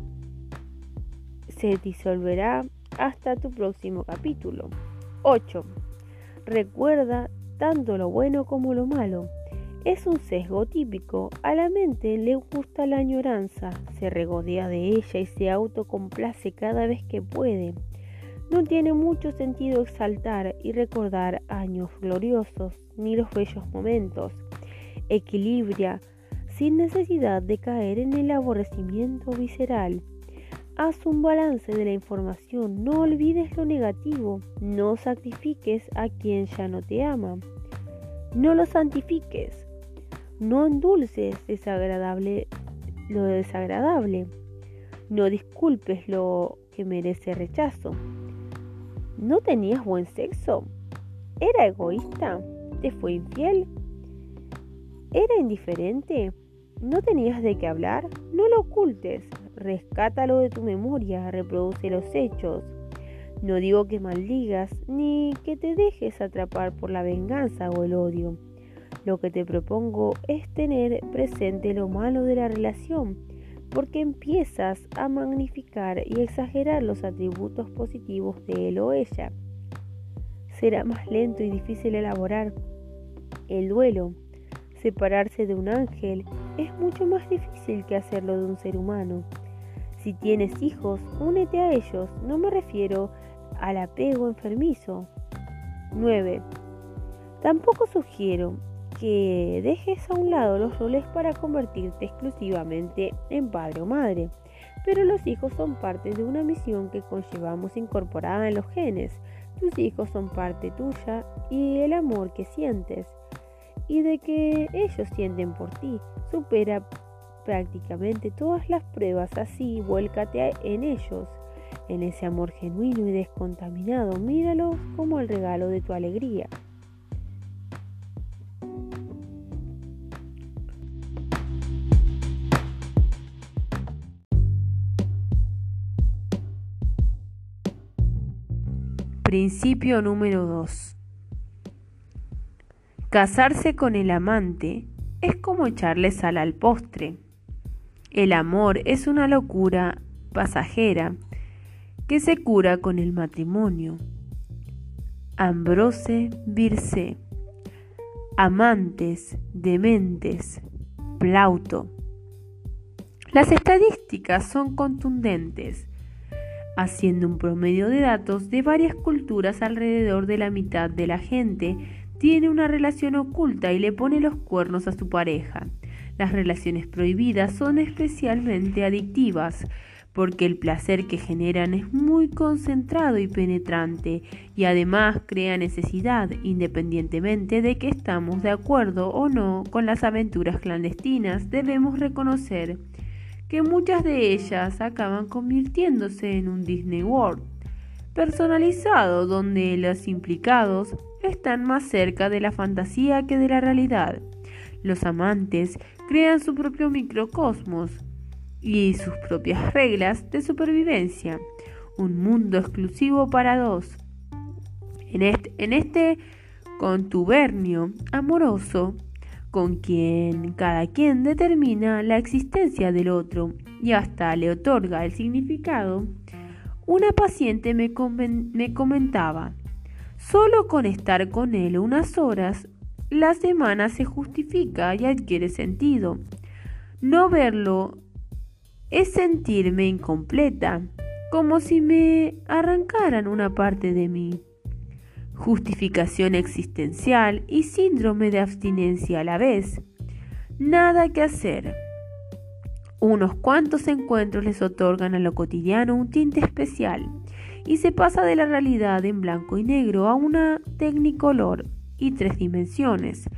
[SPEAKER 1] se disolverá hasta tu próximo capítulo. ocho. Recuerda tanto lo bueno como lo malo. Es un sesgo típico. A la mente le gusta la añoranza, se regodea de ella y se autocomplace cada vez que puede. No tiene mucho sentido exaltar y recordar años gloriosos ni los bellos momentos. Equilibra sin necesidad de caer en el aborrecimiento visceral. Haz un balance de la información, no olvides lo negativo, no sacrifiques a quien ya no te ama, no lo santifiques, no endulces desagradable, lo desagradable, no disculpes lo que merece rechazo. ¿No tenías buen sexo? ¿Era egoísta? ¿Te fue infiel? ¿Era indiferente? ¿No tenías de qué hablar? No lo ocultes, rescátalo de tu memoria, reproduce los hechos. No digo que maldigas, ni que te dejes atrapar por la venganza o el odio. Lo que te propongo es tener presente lo malo de la relación, porque empiezas a magnificar y exagerar los atributos positivos de él o ella. Será más lento y difícil elaborar el duelo. Separarse de un ángel es mucho más difícil que hacerlo de un ser humano. Si tienes hijos, únete a ellos. No me refiero al apego enfermizo. nueve. Tampoco sugiero que dejes a un lado los roles para convertirte exclusivamente en padre o madre, pero los hijos son parte de una misión que conllevamos incorporada en los genes. Tus hijos son parte tuya y el amor que sientes y de que ellos sienten por ti supera prácticamente todas las pruebas. Así, vuélcate en ellos, en ese amor genuino y descontaminado. Míralos como el regalo de tu alegría. Principio número dos. Casarse con el amante es como echarle sal al postre. El amor es una locura pasajera que se cura con el matrimonio. Ambrose Bierce. Amantes, dementes, Plauto. Las estadísticas son contundentes. Haciendo un promedio de datos de varias culturas, alrededor de la mitad de la gente tiene una relación oculta y le pone los cuernos a su pareja. Las relaciones prohibidas son especialmente adictivas porque el placer que generan es muy concentrado y penetrante y además crea necesidad, independientemente de que estamos de acuerdo o no con las aventuras clandestinas. Debemos reconocer que muchas de ellas acaban convirtiéndose en un Disney World personalizado donde los implicados están más cerca de la fantasía que de la realidad. Los amantes crean su propio microcosmos y sus propias reglas de supervivencia, un mundo exclusivo para dos. En este, en este contubernio amoroso, con quien cada quien determina la existencia del otro y hasta le otorga el significado, una paciente me, conven- me comentaba: solo con estar con él unas horas, la semana se justifica y adquiere sentido. No verlo es sentirme incompleta, como si me arrancaran una parte de mí. Justificación existencial y síndrome de abstinencia a la vez. Nada que hacer. Unos cuantos encuentros les otorgan a lo cotidiano un tinte especial y se pasa de la realidad en blanco y negro a una tecnicolor y tres dimensiones.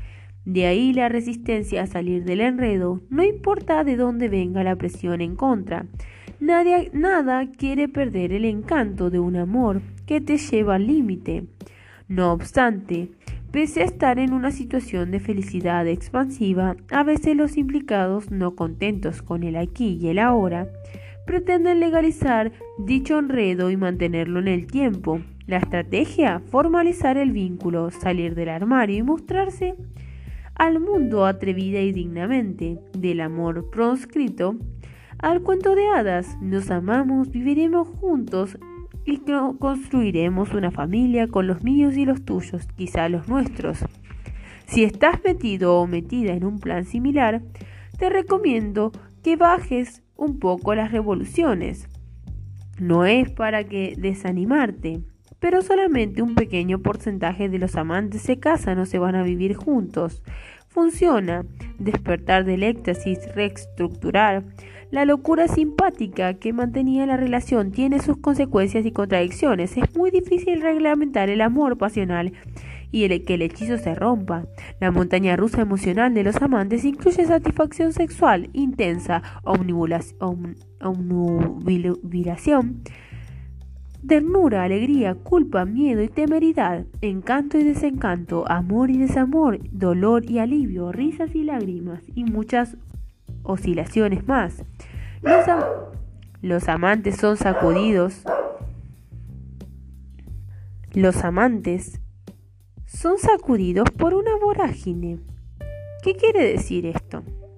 [SPEAKER 1] De ahí la resistencia a salir del enredo, no importa de dónde venga la presión en contra. Nadie, nada quiere perder el encanto de un amor que te lleva al límite. No obstante, pese a estar en una situación de felicidad expansiva, a veces los implicados, no contentos con el aquí y el ahora, pretenden legalizar dicho enredo y mantenerlo en el tiempo. La estrategia, formalizar el vínculo, salir del armario y mostrarse al mundo atrevida y dignamente. Del amor proscrito al cuento de hadas, nos amamos, viviremos juntos y construiremos una familia con los míos y los tuyos, quizá los nuestros. Si estás metido o metida en un plan similar, te recomiendo que bajes un poco las revoluciones. No es para que desanimarte, pero solamente un pequeño porcentaje de los amantes se casan o se van a vivir juntos. Funciona despertar del éxtasis, reestructurar. La locura simpática que mantenía la relación tiene sus consecuencias y contradicciones. Es muy difícil reglamentar el amor pasional y el, que el hechizo se rompa. La montaña rusa emocional de los amantes incluye satisfacción sexual intensa, omnibulación, omnubilación, ternura, alegría, culpa, miedo y temeridad, encanto y desencanto, amor y desamor, dolor y alivio, risas y lágrimas y muchas oscilaciones más. Los, am- los amantes son sacudidos. Los amantes son sacudidos por una vorágine. ¿Qué quiere decir esto?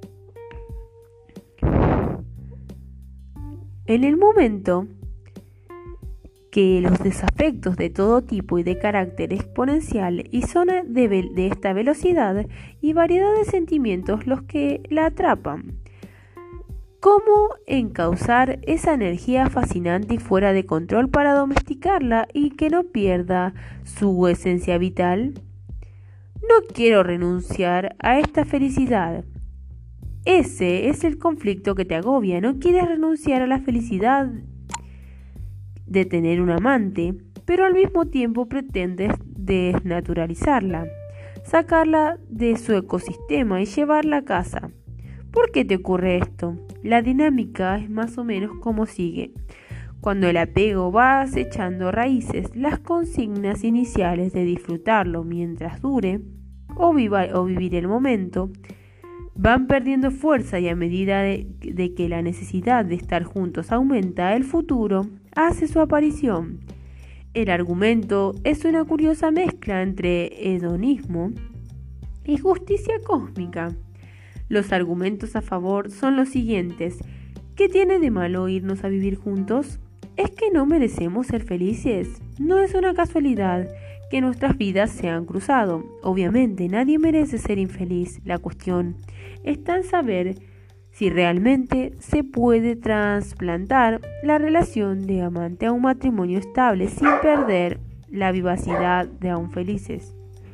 [SPEAKER 1] En el momento que los desafectos de todo tipo y de carácter exponencial y son de, ve- de esta velocidad y variedad de sentimientos los que la atrapan. ¿Cómo encauzar esa energía fascinante y fuera de control para domesticarla y que no pierda su esencia vital? No quiero renunciar a esta felicidad. Ese es el conflicto que te agobia. No quieres renunciar a la felicidad de tener un amante, pero al mismo tiempo pretendes desnaturalizarla, sacarla de su ecosistema y llevarla a casa. ¿Por qué te ocurre esto? La dinámica es más o menos como sigue. Cuando el apego va acechando raíces, las consignas iniciales de disfrutarlo mientras dure o, viva, o vivir el momento van perdiendo fuerza y a medida de, de que la necesidad de estar juntos aumenta, el futuro hace su aparición. El argumento es una curiosa mezcla entre hedonismo y justicia cósmica. Los argumentos a favor son los siguientes. ¿Qué tiene de malo irnos a vivir juntos? ¿Es que no merecemos ser felices? No es una casualidad que nuestras vidas se han cruzado. Obviamente nadie merece ser infeliz. La cuestión está en saber si realmente se puede trasplantar la relación de amante a un matrimonio estable sin perder la vivacidad de aún felices.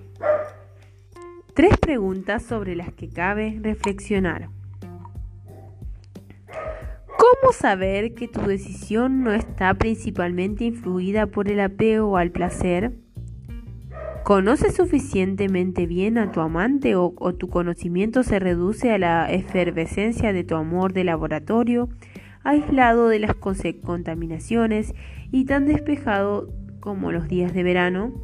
[SPEAKER 1] Tres preguntas sobre las que cabe reflexionar. ¿Cómo saber que tu decisión no está principalmente influida por el apego al placer? ¿Conoces suficientemente bien a tu amante o, o tu conocimiento se reduce a la efervescencia de tu amor de laboratorio, aislado de las contaminaciones y tan despejado como los días de verano?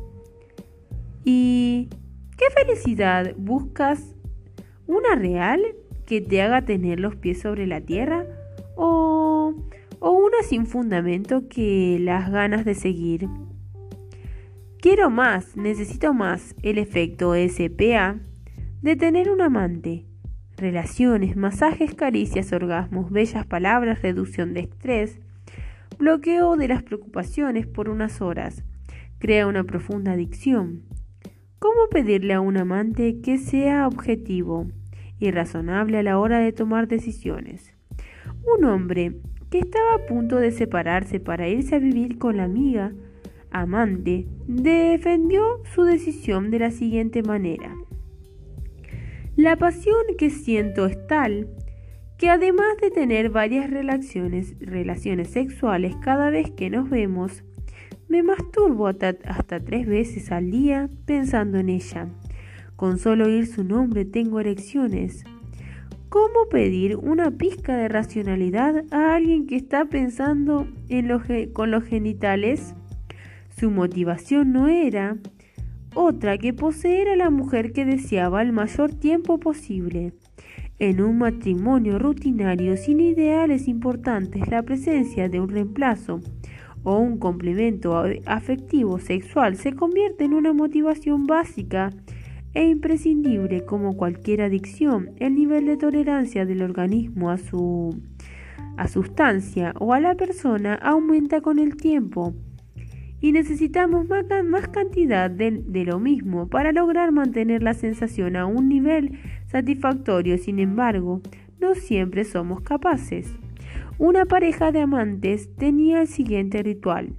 [SPEAKER 1] ¿Y qué felicidad buscas? ¿Una real que te haga tener los pies sobre la tierra? ¿O, o una sin fundamento que las ganas de seguir? Quiero más, necesito más, el efecto S P A de tener un amante. Relaciones, masajes, caricias, orgasmos, bellas palabras, reducción de estrés, bloqueo de las preocupaciones por unas horas. Crea una profunda adicción. ¿Cómo pedirle a un amante que sea objetivo y razonable a la hora de tomar decisiones? Un hombre que estaba a punto de separarse para irse a vivir con la amiga amante defendió su decisión de la siguiente manera: la pasión que siento es tal que además de tener varias relaciones, relaciones sexuales cada vez que nos vemos, me masturbo hasta, hasta tres veces al día pensando en ella. Con solo oír su nombre tengo erecciones. ¿Cómo pedir una pizca de racionalidad a alguien que está pensando en lo ge- con los genitales? Su motivación no era otra que poseer a la mujer que deseaba el mayor tiempo posible. En un matrimonio rutinario sin ideales importantes, la presencia de un reemplazo o un complemento afectivo sexual se convierte en una motivación básica e imprescindible. Como cualquier adicción, el nivel de tolerancia del organismo a su a sustancia o a la persona aumenta con el tiempo y necesitamos más, más cantidad de, de lo mismo para lograr mantener la sensación a un nivel satisfactorio. Sin embargo, no siempre somos capaces. Una pareja de amantes tenía el siguiente ritual.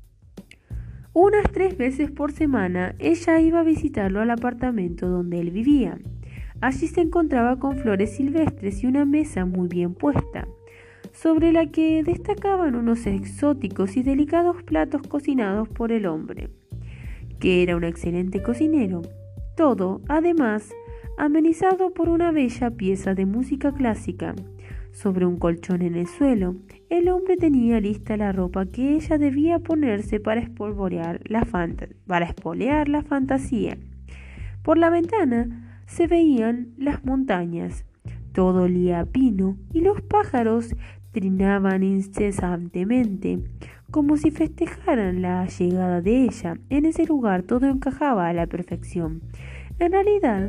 [SPEAKER 1] Unas tres veces por semana ella iba a visitarlo al apartamento donde él vivía. Allí se encontraba con flores silvestres y una mesa muy bien puesta, sobre la que destacaban unos exóticos y delicados platos cocinados por el hombre, que era un excelente cocinero. Todo, además, amenizado por una bella pieza de música clásica. Sobre un colchón en el suelo, el hombre tenía lista la ropa que ella debía ponerse para espolvorear la, fanta- para espolear la fantasía. Por la ventana se veían las montañas. Todo olía a pino y los pájaros trinaban incesantemente, como si festejaran la llegada de ella. En ese lugar todo encajaba a la perfección. En realidad,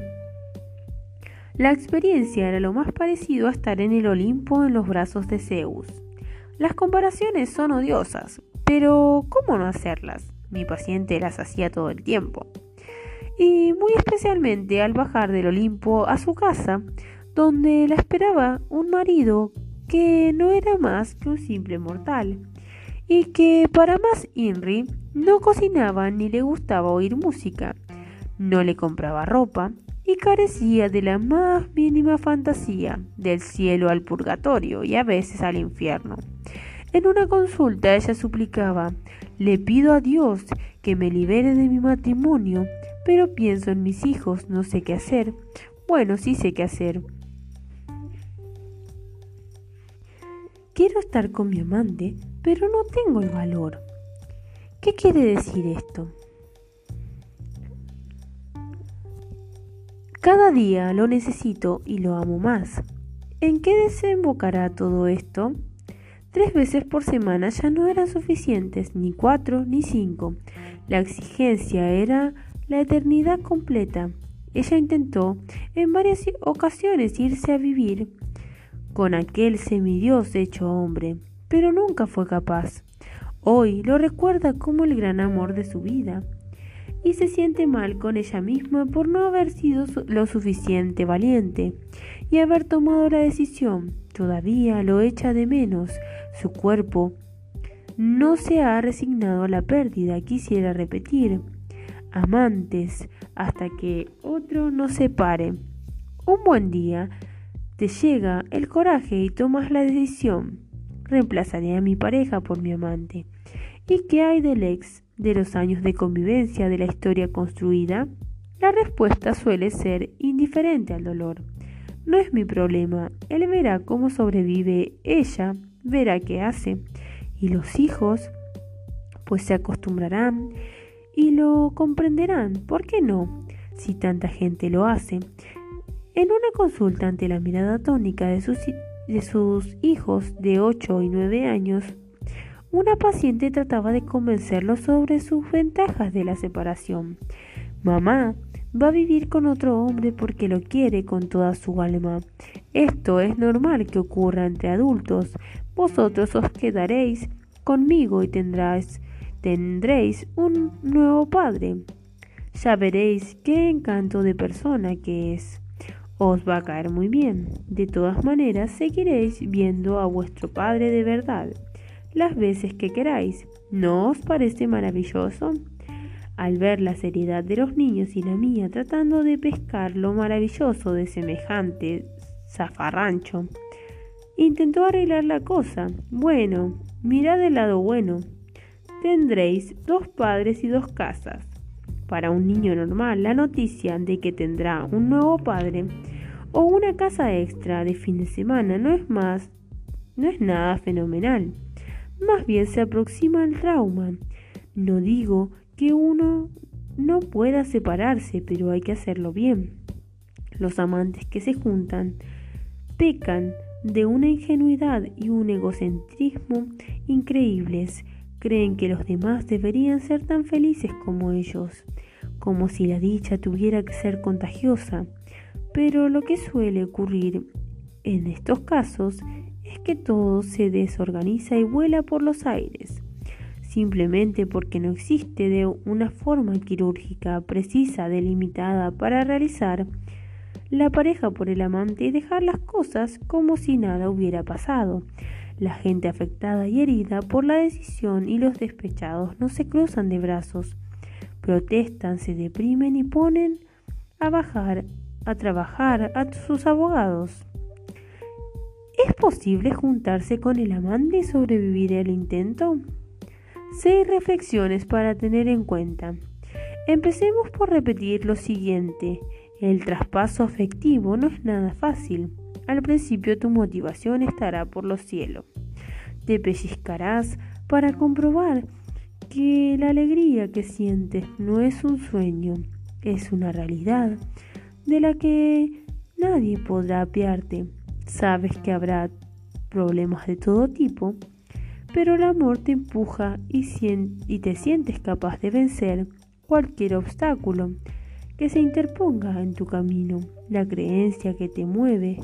[SPEAKER 1] la experiencia era lo más parecido a estar en el Olimpo en los brazos de Zeus. Las comparaciones son odiosas, pero ¿cómo no hacerlas? Mi paciente las hacía todo el tiempo. Y muy especialmente al bajar del Olimpo a su casa, donde la esperaba un marido que no era más que un simple mortal, y que, para más Inri, no cocinaba ni le gustaba oír música, no le compraba ropa y carecía de la más mínima fantasía del cielo al purgatorio y a veces al infierno. En una consulta ella suplicaba: le pido a Dios que me libere de mi matrimonio, pero pienso en mis hijos, no sé qué hacer. Bueno, sí sé qué hacer. Quiero estar con mi amante, pero no tengo el valor. ¿Qué quiere decir esto? Cada día lo necesito y lo amo más. ¿En qué desembocará todo esto? Tres veces por semana ya no eran suficientes, ni cuatro ni cinco. La exigencia era la eternidad completa. Ella intentó en varias ocasiones irse a vivir con aquel semidios hecho hombre, pero nunca fue capaz. Hoy lo recuerda como el gran amor de su vida y se siente mal con ella misma por no haber sido lo suficiente valiente y haber tomado la decisión. Todavía lo echa de menos. Su cuerpo no se ha resignado a la pérdida. Quisiera repetir: amantes hasta que otro nos separe. Un buen día te llega el coraje y tomas la decisión: reemplazaré a mi pareja por mi amante. ¿Y qué hay del ex, de los años de convivencia, de la historia construida? La respuesta suele ser indiferente al dolor. No es mi problema. Él verá cómo sobrevive, ella verá qué hace. Y los hijos, pues se acostumbrarán y lo comprenderán. ¿Por qué no? Si tanta gente lo hace. En una consulta, ante la mirada atónica de sus, de sus hijos de ocho y nueve años, una paciente trataba de convencerlo sobre sus ventajas de la separación. Mamá va a vivir con otro hombre porque lo quiere con toda su alma. Esto es normal que ocurra entre adultos. Vosotros os quedaréis conmigo y tendráis, tendréis un nuevo padre. Ya veréis qué encanto de persona que es. Os va a caer muy bien. De todas maneras, seguiréis viendo a vuestro padre de verdad las veces que queráis. ¿No os parece maravilloso? Al ver la seriedad de los niños y la mía tratando de pescar lo maravilloso de semejante zafarrancho, intentó arreglar la cosa. Bueno, mirad el lado bueno. Tendréis dos padres y dos casas. Para un niño normal, la noticia de que tendrá un nuevo padre o una casa extra de fin de semana no es más, no es nada fenomenal. Más bien se aproxima al trauma. No digo que uno no pueda separarse, pero hay que hacerlo bien. Los amantes que se juntan pecan de una ingenuidad y un egocentrismo increíbles. Creen que los demás deberían ser tan felices como ellos, como si la dicha tuviera que ser contagiosa. Pero lo que suele ocurrir en estos casos es que todo se desorganiza y vuela por los aires, simplemente porque no existe de una forma quirúrgica precisa delimitada para realizar la pareja por el amante y dejar las cosas como si nada hubiera pasado. La gente afectada y herida por la decisión y los despechados no se cruzan de brazos, protestan, se deprimen y ponen a bajar a trabajar a sus abogados. ¿Es posible juntarse con el amante y sobrevivir al intento? Seis reflexiones para tener en cuenta. Empecemos por repetir lo siguiente. El traspaso afectivo no es nada fácil. Al principio tu motivación estará por los cielos. Te pellizcarás para comprobar que la alegría que sientes no es un sueño, es una realidad de la que nadie podrá apiarte. Sabes que habrá problemas de todo tipo, pero el amor te empuja y, sien- y te sientes capaz de vencer cualquier obstáculo que se interponga en tu camino. La creencia que te mueve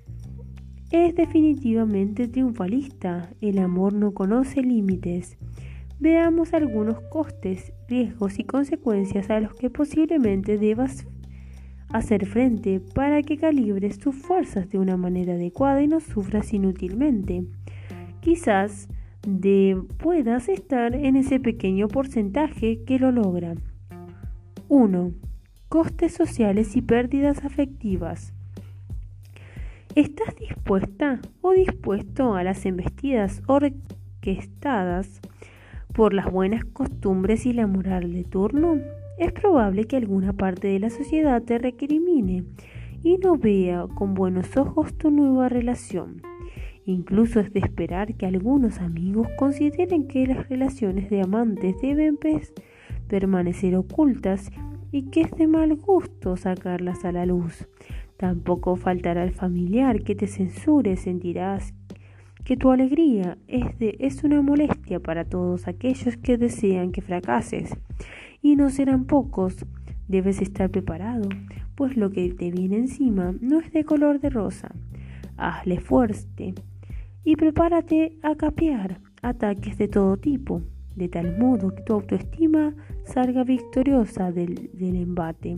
[SPEAKER 1] es definitivamente triunfalista. El amor no conoce límites. Veamos algunos costes, riesgos y consecuencias a los que posiblemente debas hacer frente para que calibres tus fuerzas de una manera adecuada y no sufras inútilmente. Quizás de, puedas estar en ese pequeño porcentaje que lo logra. uno. Costes sociales y pérdidas afectivas. ¿Estás dispuesta o dispuesto a las embestidas orquestadas por las buenas costumbres y la moral de turno? Es probable que alguna parte de la sociedad te recrimine y no vea con buenos ojos tu nueva relación. Incluso es de esperar que algunos amigos consideren que las relaciones de amantes deben pues, permanecer ocultas y que es de mal gusto sacarlas a la luz. Tampoco faltará el familiar que te censure. Sentirás que tu alegría es, de, es una molestia para todos aquellos que desean que fracases. Y no serán pocos. Debes estar preparado, pues lo que te viene encima no es de color de rosa. Hazle fuerte y prepárate a capear ataques de todo tipo, de tal modo que tu autoestima salga victoriosa del, del embate.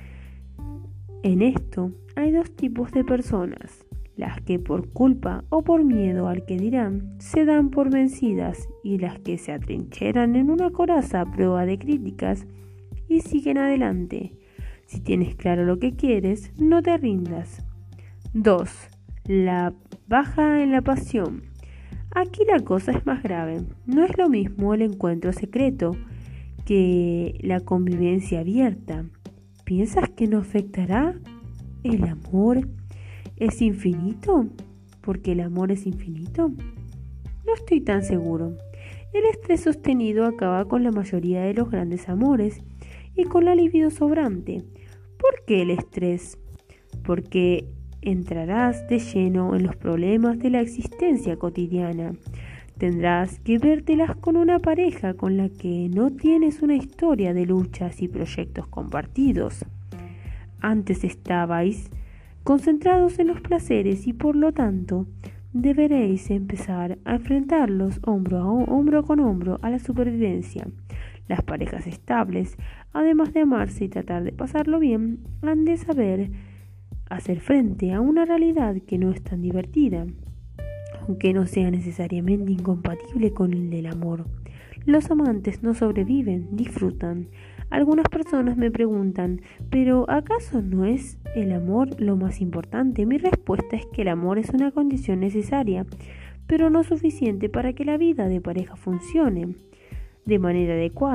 [SPEAKER 1] En esto hay dos tipos de personas: las que por culpa o por miedo al que dirán se dan por vencidas, y las que se atrincheran en una coraza a prueba de críticas y siguen adelante. Si tienes claro lo que quieres, no te rindas. dos. La baja en la pasión. Aquí la cosa es más grave. No es lo mismo el encuentro secreto que la convivencia abierta. ¿Piensas que no afectará? ¿El amor es infinito? ¿Porque el amor es infinito? No estoy tan seguro. El estrés sostenido acaba con la mayoría de los grandes amores y con la libido sobrante. ¿Por qué el estrés? Porque entrarás de lleno en los problemas de la existencia cotidiana. Tendrás que vértelas con una pareja con la que no tienes una historia de luchas y proyectos compartidos. Antes estabais concentrados en los placeres y por lo tanto deberéis empezar a enfrentarlos hombro a hombro con hombro a la supervivencia. Las parejas estables, además de amarse y tratar de pasarlo bien, han de saber hacer frente a una realidad que no es tan divertida, aunque no sea necesariamente incompatible con el del amor. Los amantes no sobreviven, disfrutan. Algunas personas me preguntan, ¿pero acaso no es el amor lo más importante? Mi respuesta es que el amor es una condición necesaria, pero no suficiente para que la vida de pareja funcione de manera adecuada.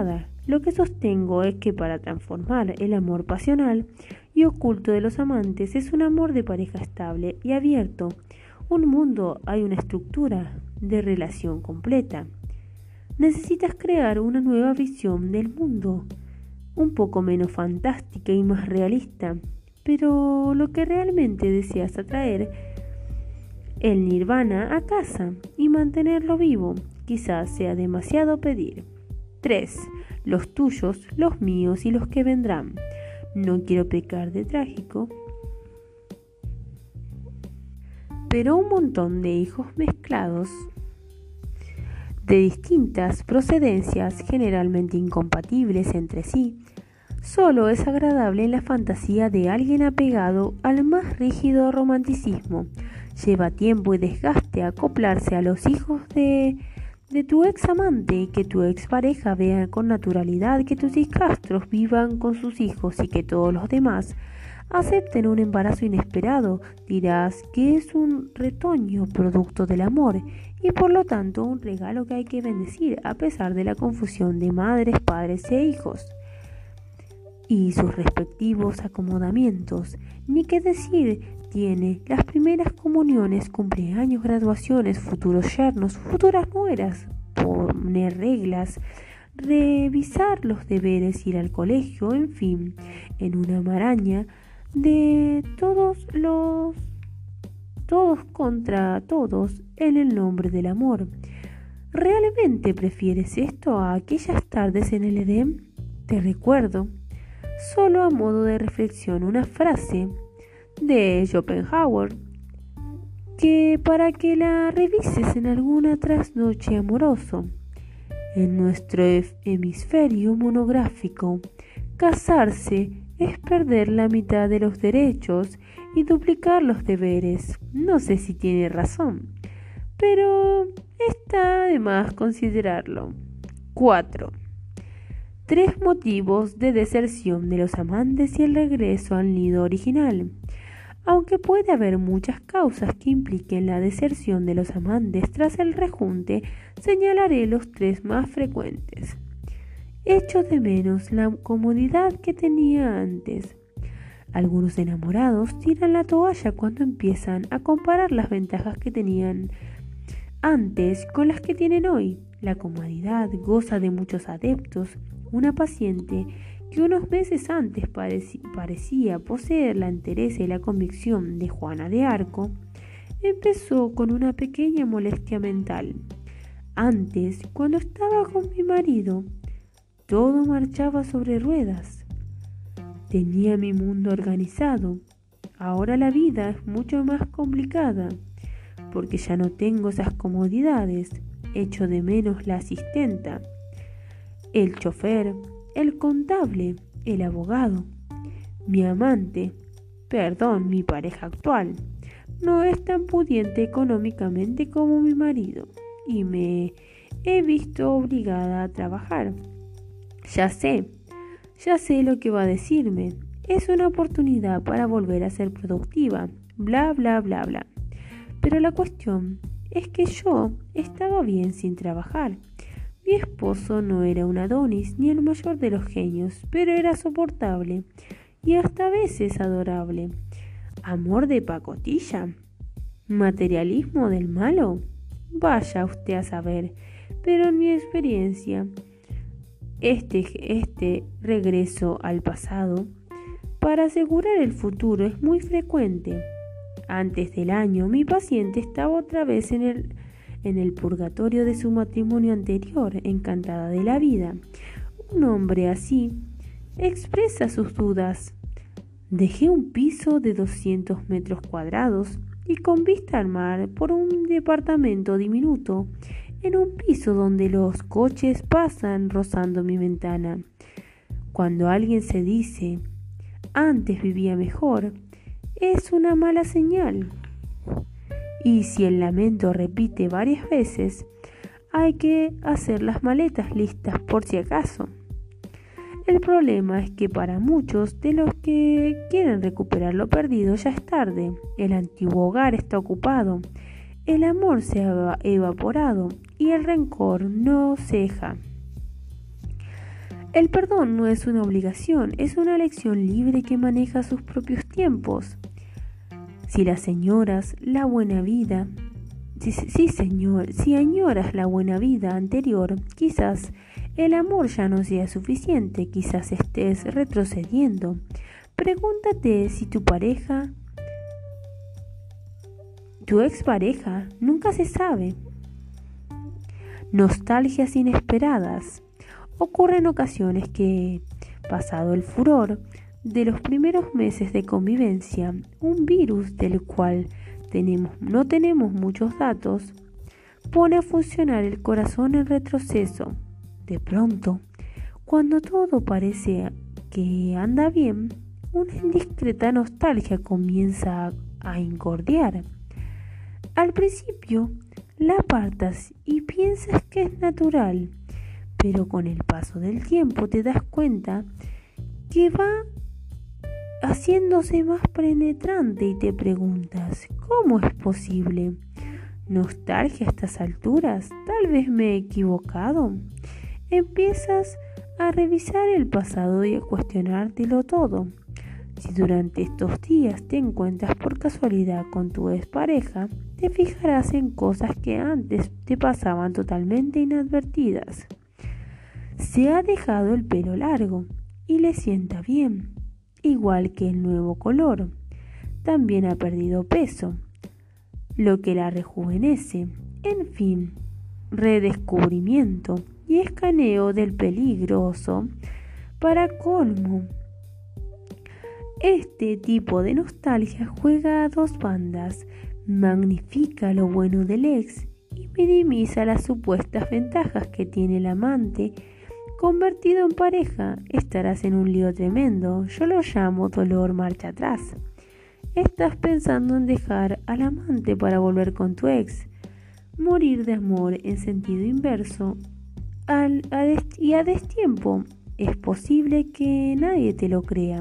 [SPEAKER 1] Lo que sostengo es que para transformar el amor pasional y oculto de los amantes es un amor de pareja estable y abierto. Un mundo hay una estructura de relación completa. Necesitas crear una nueva visión del mundo, un poco menos fantástica y más realista, pero lo que realmente deseas atraer el nirvana a casa y mantenerlo vivo, quizás sea demasiado pedir. tres. Los tuyos, los míos y los que vendrán. No quiero pecar de trágico, pero un montón de hijos mezclados de distintas procedencias, generalmente incompatibles entre sí, solo es agradable en la fantasía de alguien apegado al más rígido romanticismo. Lleva tiempo y desgaste acoplarse a los hijos de, de tu ex amante y que tu ex pareja vea con naturalidad que tus hijastros vivan con sus hijos y que todos los demás acepten un embarazo inesperado. Dirás que es un retoño producto del amor y por lo tanto un regalo que hay que bendecir a pesar de la confusión de madres, padres e hijos y sus respectivos acomodamientos. Ni qué decir tiene las primeras comuniones, cumpleaños, graduaciones, futuros yernos, futuras nueras, poner reglas, revisar los deberes, ir al colegio, en fin, en una maraña de todos los todos contra todos en el nombre del amor. ¿Realmente prefieres esto a aquellas tardes en el Edén? Te recuerdo, solo a modo de reflexión, una frase de Schopenhauer que para que la revises en alguna trasnoche amoroso. En nuestro hemisferio monográfico, casarse es perder la mitad de los derechos y duplicar los deberes. No sé si tiene razón, pero está de más considerarlo. cuatro. Tres motivos de deserción de los amantes y el regreso al nido original. Aunque puede haber muchas causas que impliquen la deserción de los amantes tras el rejunte, señalaré los tres más frecuentes. Echo de menos la comodidad que tenía antes. Algunos enamorados tiran la toalla cuando empiezan a comparar las ventajas que tenían antes con las que tienen hoy. La comodidad goza de muchos adeptos. Una paciente que unos meses antes pareci- parecía poseer la entereza y la convicción de Juana de Arco, empezó con una pequeña molestia mental. Antes, cuando estaba con mi marido, todo marchaba sobre ruedas. Tenía mi mundo organizado. Ahora la vida es mucho más complicada, porque ya no tengo esas comodidades. Echo de menos la asistenta, el chofer, el contable, el abogado. Mi amante, perdón, mi pareja actual, no es tan pudiente económicamente como mi marido y me he visto obligada a trabajar. Ya sé, ya sé lo que va a decirme. Es una oportunidad para volver a ser productiva, bla, bla, bla, bla. Pero la cuestión es que yo estaba bien sin trabajar. Mi esposo no era un Adonis ni el mayor de los genios, pero era soportable y hasta a veces adorable. ¿Amor de pacotilla? ¿Materialismo del malo? Vaya usted a saber, pero en mi experiencia, este, este regreso al pasado para asegurar el futuro es muy frecuente. Antes del año, mi paciente estaba otra vez en el, en el purgatorio de su matrimonio anterior, encantada de la vida. Un hombre así expresa sus dudas. Dejé un piso de doscientos metros cuadrados y con vista al mar por un departamento diminuto en un piso donde los coches pasan rozando mi ventana. Cuando alguien se dice, antes vivía mejor, es una mala señal. Y si el lamento repite varias veces, hay que hacer las maletas listas por si acaso. El problema es que para muchos de los que quieren recuperar lo perdido ya es tarde. El antiguo hogar está ocupado, el amor se ha evaporado y el rencor no ceja. El perdón no es una obligación, es una elección libre que maneja sus propios tiempos. Si las señoras la buena vida, sí, sí señor, si añoras la buena vida anterior, quizás el amor ya no sea suficiente, quizás estés retrocediendo. Pregúntate si tu pareja, tu expareja, nunca se sabe. Nostalgias inesperadas. Ocurren ocasiones que, pasado el furor de los primeros meses de convivencia, un virus del cual tenemos, no tenemos muchos datos, pone a funcionar el corazón en retroceso. De pronto, cuando todo parece que anda bien, una indiscreta nostalgia comienza a, a engordear. Al principio, la apartas y piensas que es natural, pero con el paso del tiempo te das cuenta que va haciéndose más penetrante y te preguntas, ¿cómo es posible? ¿Nostalgia a estas alturas? ¿Tal vez me he equivocado? Empiezas a revisar el pasado y a cuestionártelo todo. Si durante estos días te encuentras por casualidad con tu expareja, te fijarás en cosas que antes te pasaban totalmente inadvertidas. Se ha dejado el pelo largo y le sienta bien, igual que el nuevo color. También ha perdido peso, lo que la rejuvenece. En fin, redescubrimiento y escaneo del peligroso para colmo. Este tipo de nostalgia juega a dos bandas, magnifica lo bueno del ex y minimiza las supuestas ventajas que tiene el amante. Convertido en pareja, estarás en un lío tremendo. Yo lo llamo dolor marcha atrás. Estás pensando en dejar al amante para volver con tu ex. Morir de amor en sentido inverso al, a dest- y a destiempo. Es posible que nadie te lo crea,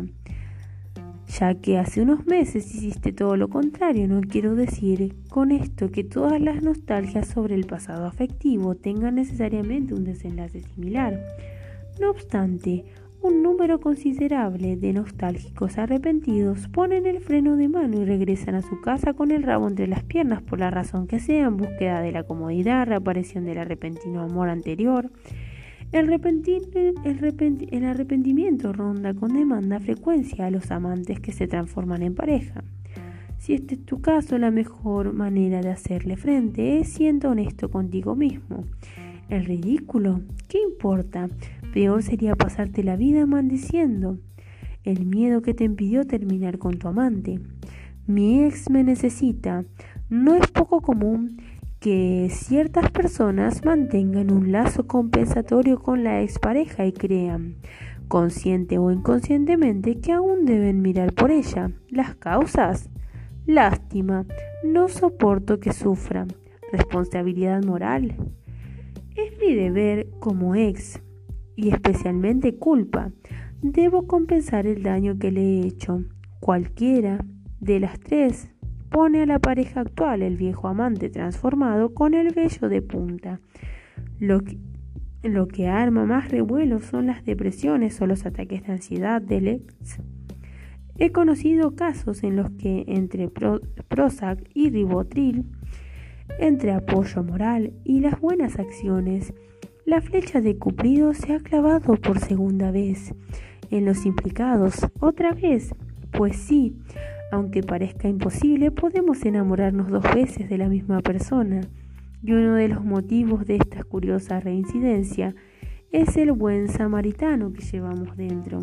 [SPEAKER 1] ya que hace unos meses hiciste todo lo contrario. No quiero decir con esto que todas las nostalgias sobre el pasado afectivo tengan necesariamente un desenlace similar. No obstante, un número considerable de nostálgicos arrepentidos ponen el freno de mano y regresan a su casa con el rabo entre las piernas por la razón que sea, en búsqueda de la comodidad, reaparición del arrepentido amor anterior. El, el, repent el arrepentimiento ronda con demanda frecuencia a los amantes que se transforman en pareja. Si este es tu caso, la mejor manera de hacerle frente es siendo honesto contigo mismo. ¿El ridículo? ¿Qué importa? Peor sería pasarte la vida maldiciendo el miedo que te impidió terminar con tu amante. Mi ex me necesita. No es poco común que ciertas personas mantengan un lazo compensatorio con la expareja y crean, consciente o inconscientemente, que aún deben mirar por ella. Las causas: lástima, no soporto que sufra, responsabilidad moral. Es mi deber como ex, y especialmente culpa. Debo compensar el daño que le he hecho. Cualquiera de las tres pone a la pareja actual, el viejo amante transformado, con el vello de punta. Lo que, lo que arma más revuelo son las depresiones o los ataques de ansiedad del ex. He conocido casos en los que entre Pro, Prozac y Ribotril, entre apoyo moral y las buenas acciones, la flecha de Cupido se ha clavado por segunda vez en los implicados. Otra vez, pues sí, aunque parezca imposible, podemos enamorarnos dos veces de la misma persona. Y uno de los motivos de esta curiosa reincidencia es el buen samaritano que llevamos dentro.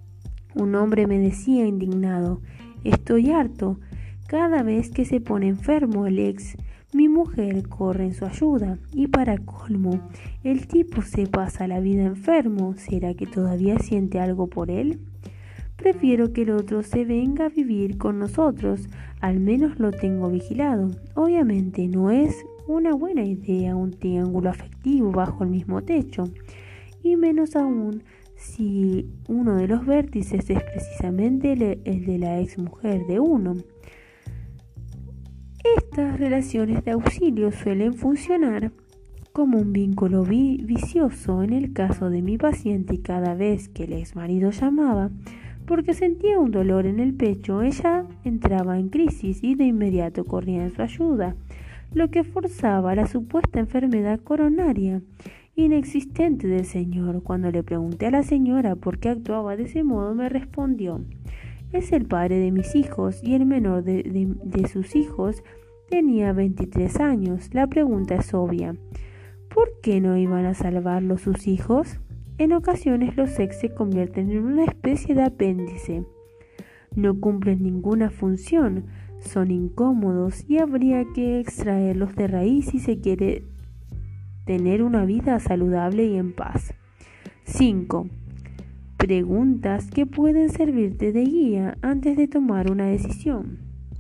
[SPEAKER 1] Un hombre me decía indignado: estoy harto. Cada vez que se pone enfermo el ex, mi mujer corre en su ayuda. Y para colmo, el tipo se pasa la vida enfermo. ¿Será que todavía siente algo por él? Prefiero que el otro se venga a vivir con nosotros. Al menos lo tengo vigilado. Obviamente no es una buena idea un triángulo afectivo bajo el mismo techo. Y menos aún si uno de los vértices es precisamente el, el de la ex mujer de uno. Estas relaciones de auxilio suelen funcionar como un vínculo vi- vicioso en el caso de mi paciente, y cada vez que el exmarido llamaba porque sentía un dolor en el pecho, ella entraba en crisis y de inmediato corría en su ayuda, lo que forzaba la supuesta enfermedad coronaria inexistente del señor. Cuando le pregunté a la señora por qué actuaba de ese modo, me respondió: es el padre de mis hijos y el menor de, de, de sus hijos tenía veintitrés años. La pregunta es obvia: ¿por qué no iban a salvarlo sus hijos? En ocasiones los ex se convierten en una especie de apéndice. No cumplen ninguna función, son incómodos y habría que extraerlos de raíz si se quiere tener una vida saludable y en paz. cinco. Preguntas que pueden servirte de guía antes de tomar una decisión.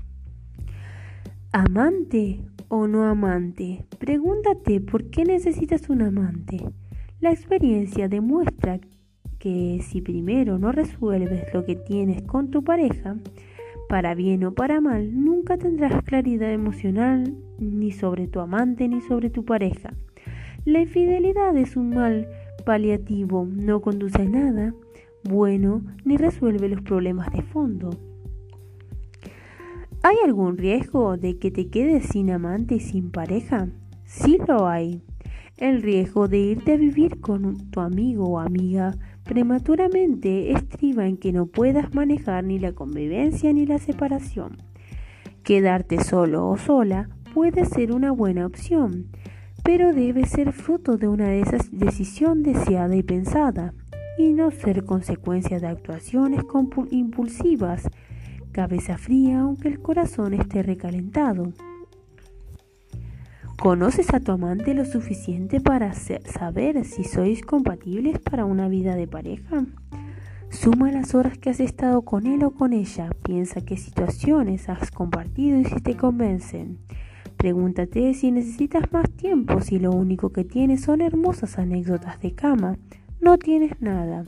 [SPEAKER 1] ¿Amante o no amante? Pregúntate por qué necesitas un amante. La experiencia demuestra que si primero no resuelves lo que tienes con tu pareja, para bien o para mal, nunca tendrás claridad emocional ni sobre tu amante ni sobre tu pareja. La infidelidad es un mal paliativo, no conduce a nada bueno ni resuelve los problemas de fondo. ¿Hay algún riesgo de que te quedes sin amante y sin pareja? Sí lo hay. El riesgo de irte a vivir con tu amigo o amiga prematuramente estriba en que no puedas manejar ni la convivencia ni la separación. Quedarte solo o sola puede ser una buena opción, pero debe ser fruto de una decisión deseada y pensada, y no ser consecuencia de actuaciones impulsivas, cabeza fría aunque el corazón esté recalentado. ¿Conoces a tu amante lo suficiente para saber si sois compatibles para una vida de pareja? Suma las horas que has estado con él o con ella. Piensa qué situaciones has compartido y si te convencen. Pregúntate si necesitas más tiempo, si lo único que tienes son hermosas anécdotas de cama. No tienes nada.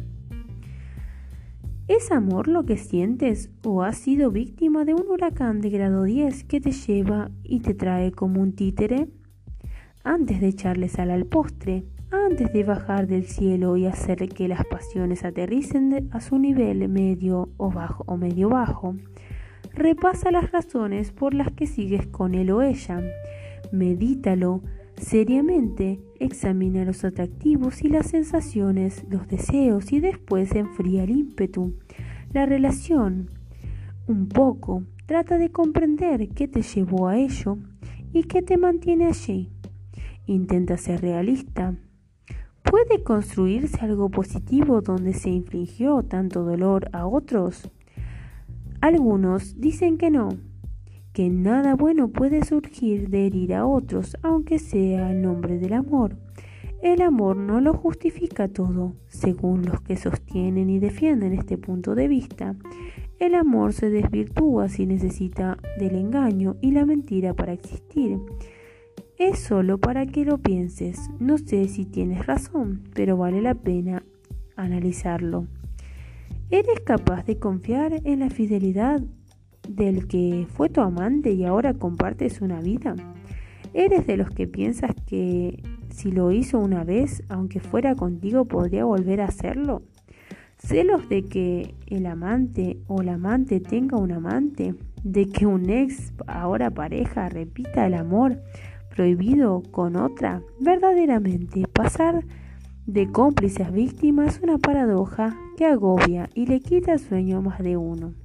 [SPEAKER 1] ¿Es amor lo que sientes o has sido víctima de un huracán de grado diez que te lleva y te trae como un títere? Antes de echarle sal al postre, antes de bajar del cielo y hacer que las pasiones aterricen a su nivel medio o bajo o medio bajo, repasa las razones por las que sigues con él o ella. Medítalo seriamente, examina los atractivos y las sensaciones, los deseos y después enfría el ímpetu, la relación. Un poco, trata de comprender qué te llevó a ello y qué te mantiene allí. Intenta ser realista. ¿Puede construirse algo positivo donde se infligió tanto dolor a otros? Algunos dicen que no, que nada bueno puede surgir de herir a otros, aunque sea en nombre del amor. El amor no lo justifica todo. Según los que sostienen y defienden este punto de vista, el amor se desvirtúa si necesita del engaño y la mentira para existir. Es solo para que lo pienses. No sé si tienes razón, pero vale la pena analizarlo. ¿Eres capaz de confiar en la fidelidad del que fue tu amante y ahora compartes una vida? ¿Eres de los que piensas que si lo hizo una vez, aunque fuera contigo, podría volver a hacerlo? ¿Celos de que el amante o la amante tenga un amante? ¿De que un ex, ahora pareja, repita el amor prohibido con otra? Verdaderamente, pasar de cómplice a víctima es una paradoja que agobia y le quita el sueño a más de uno.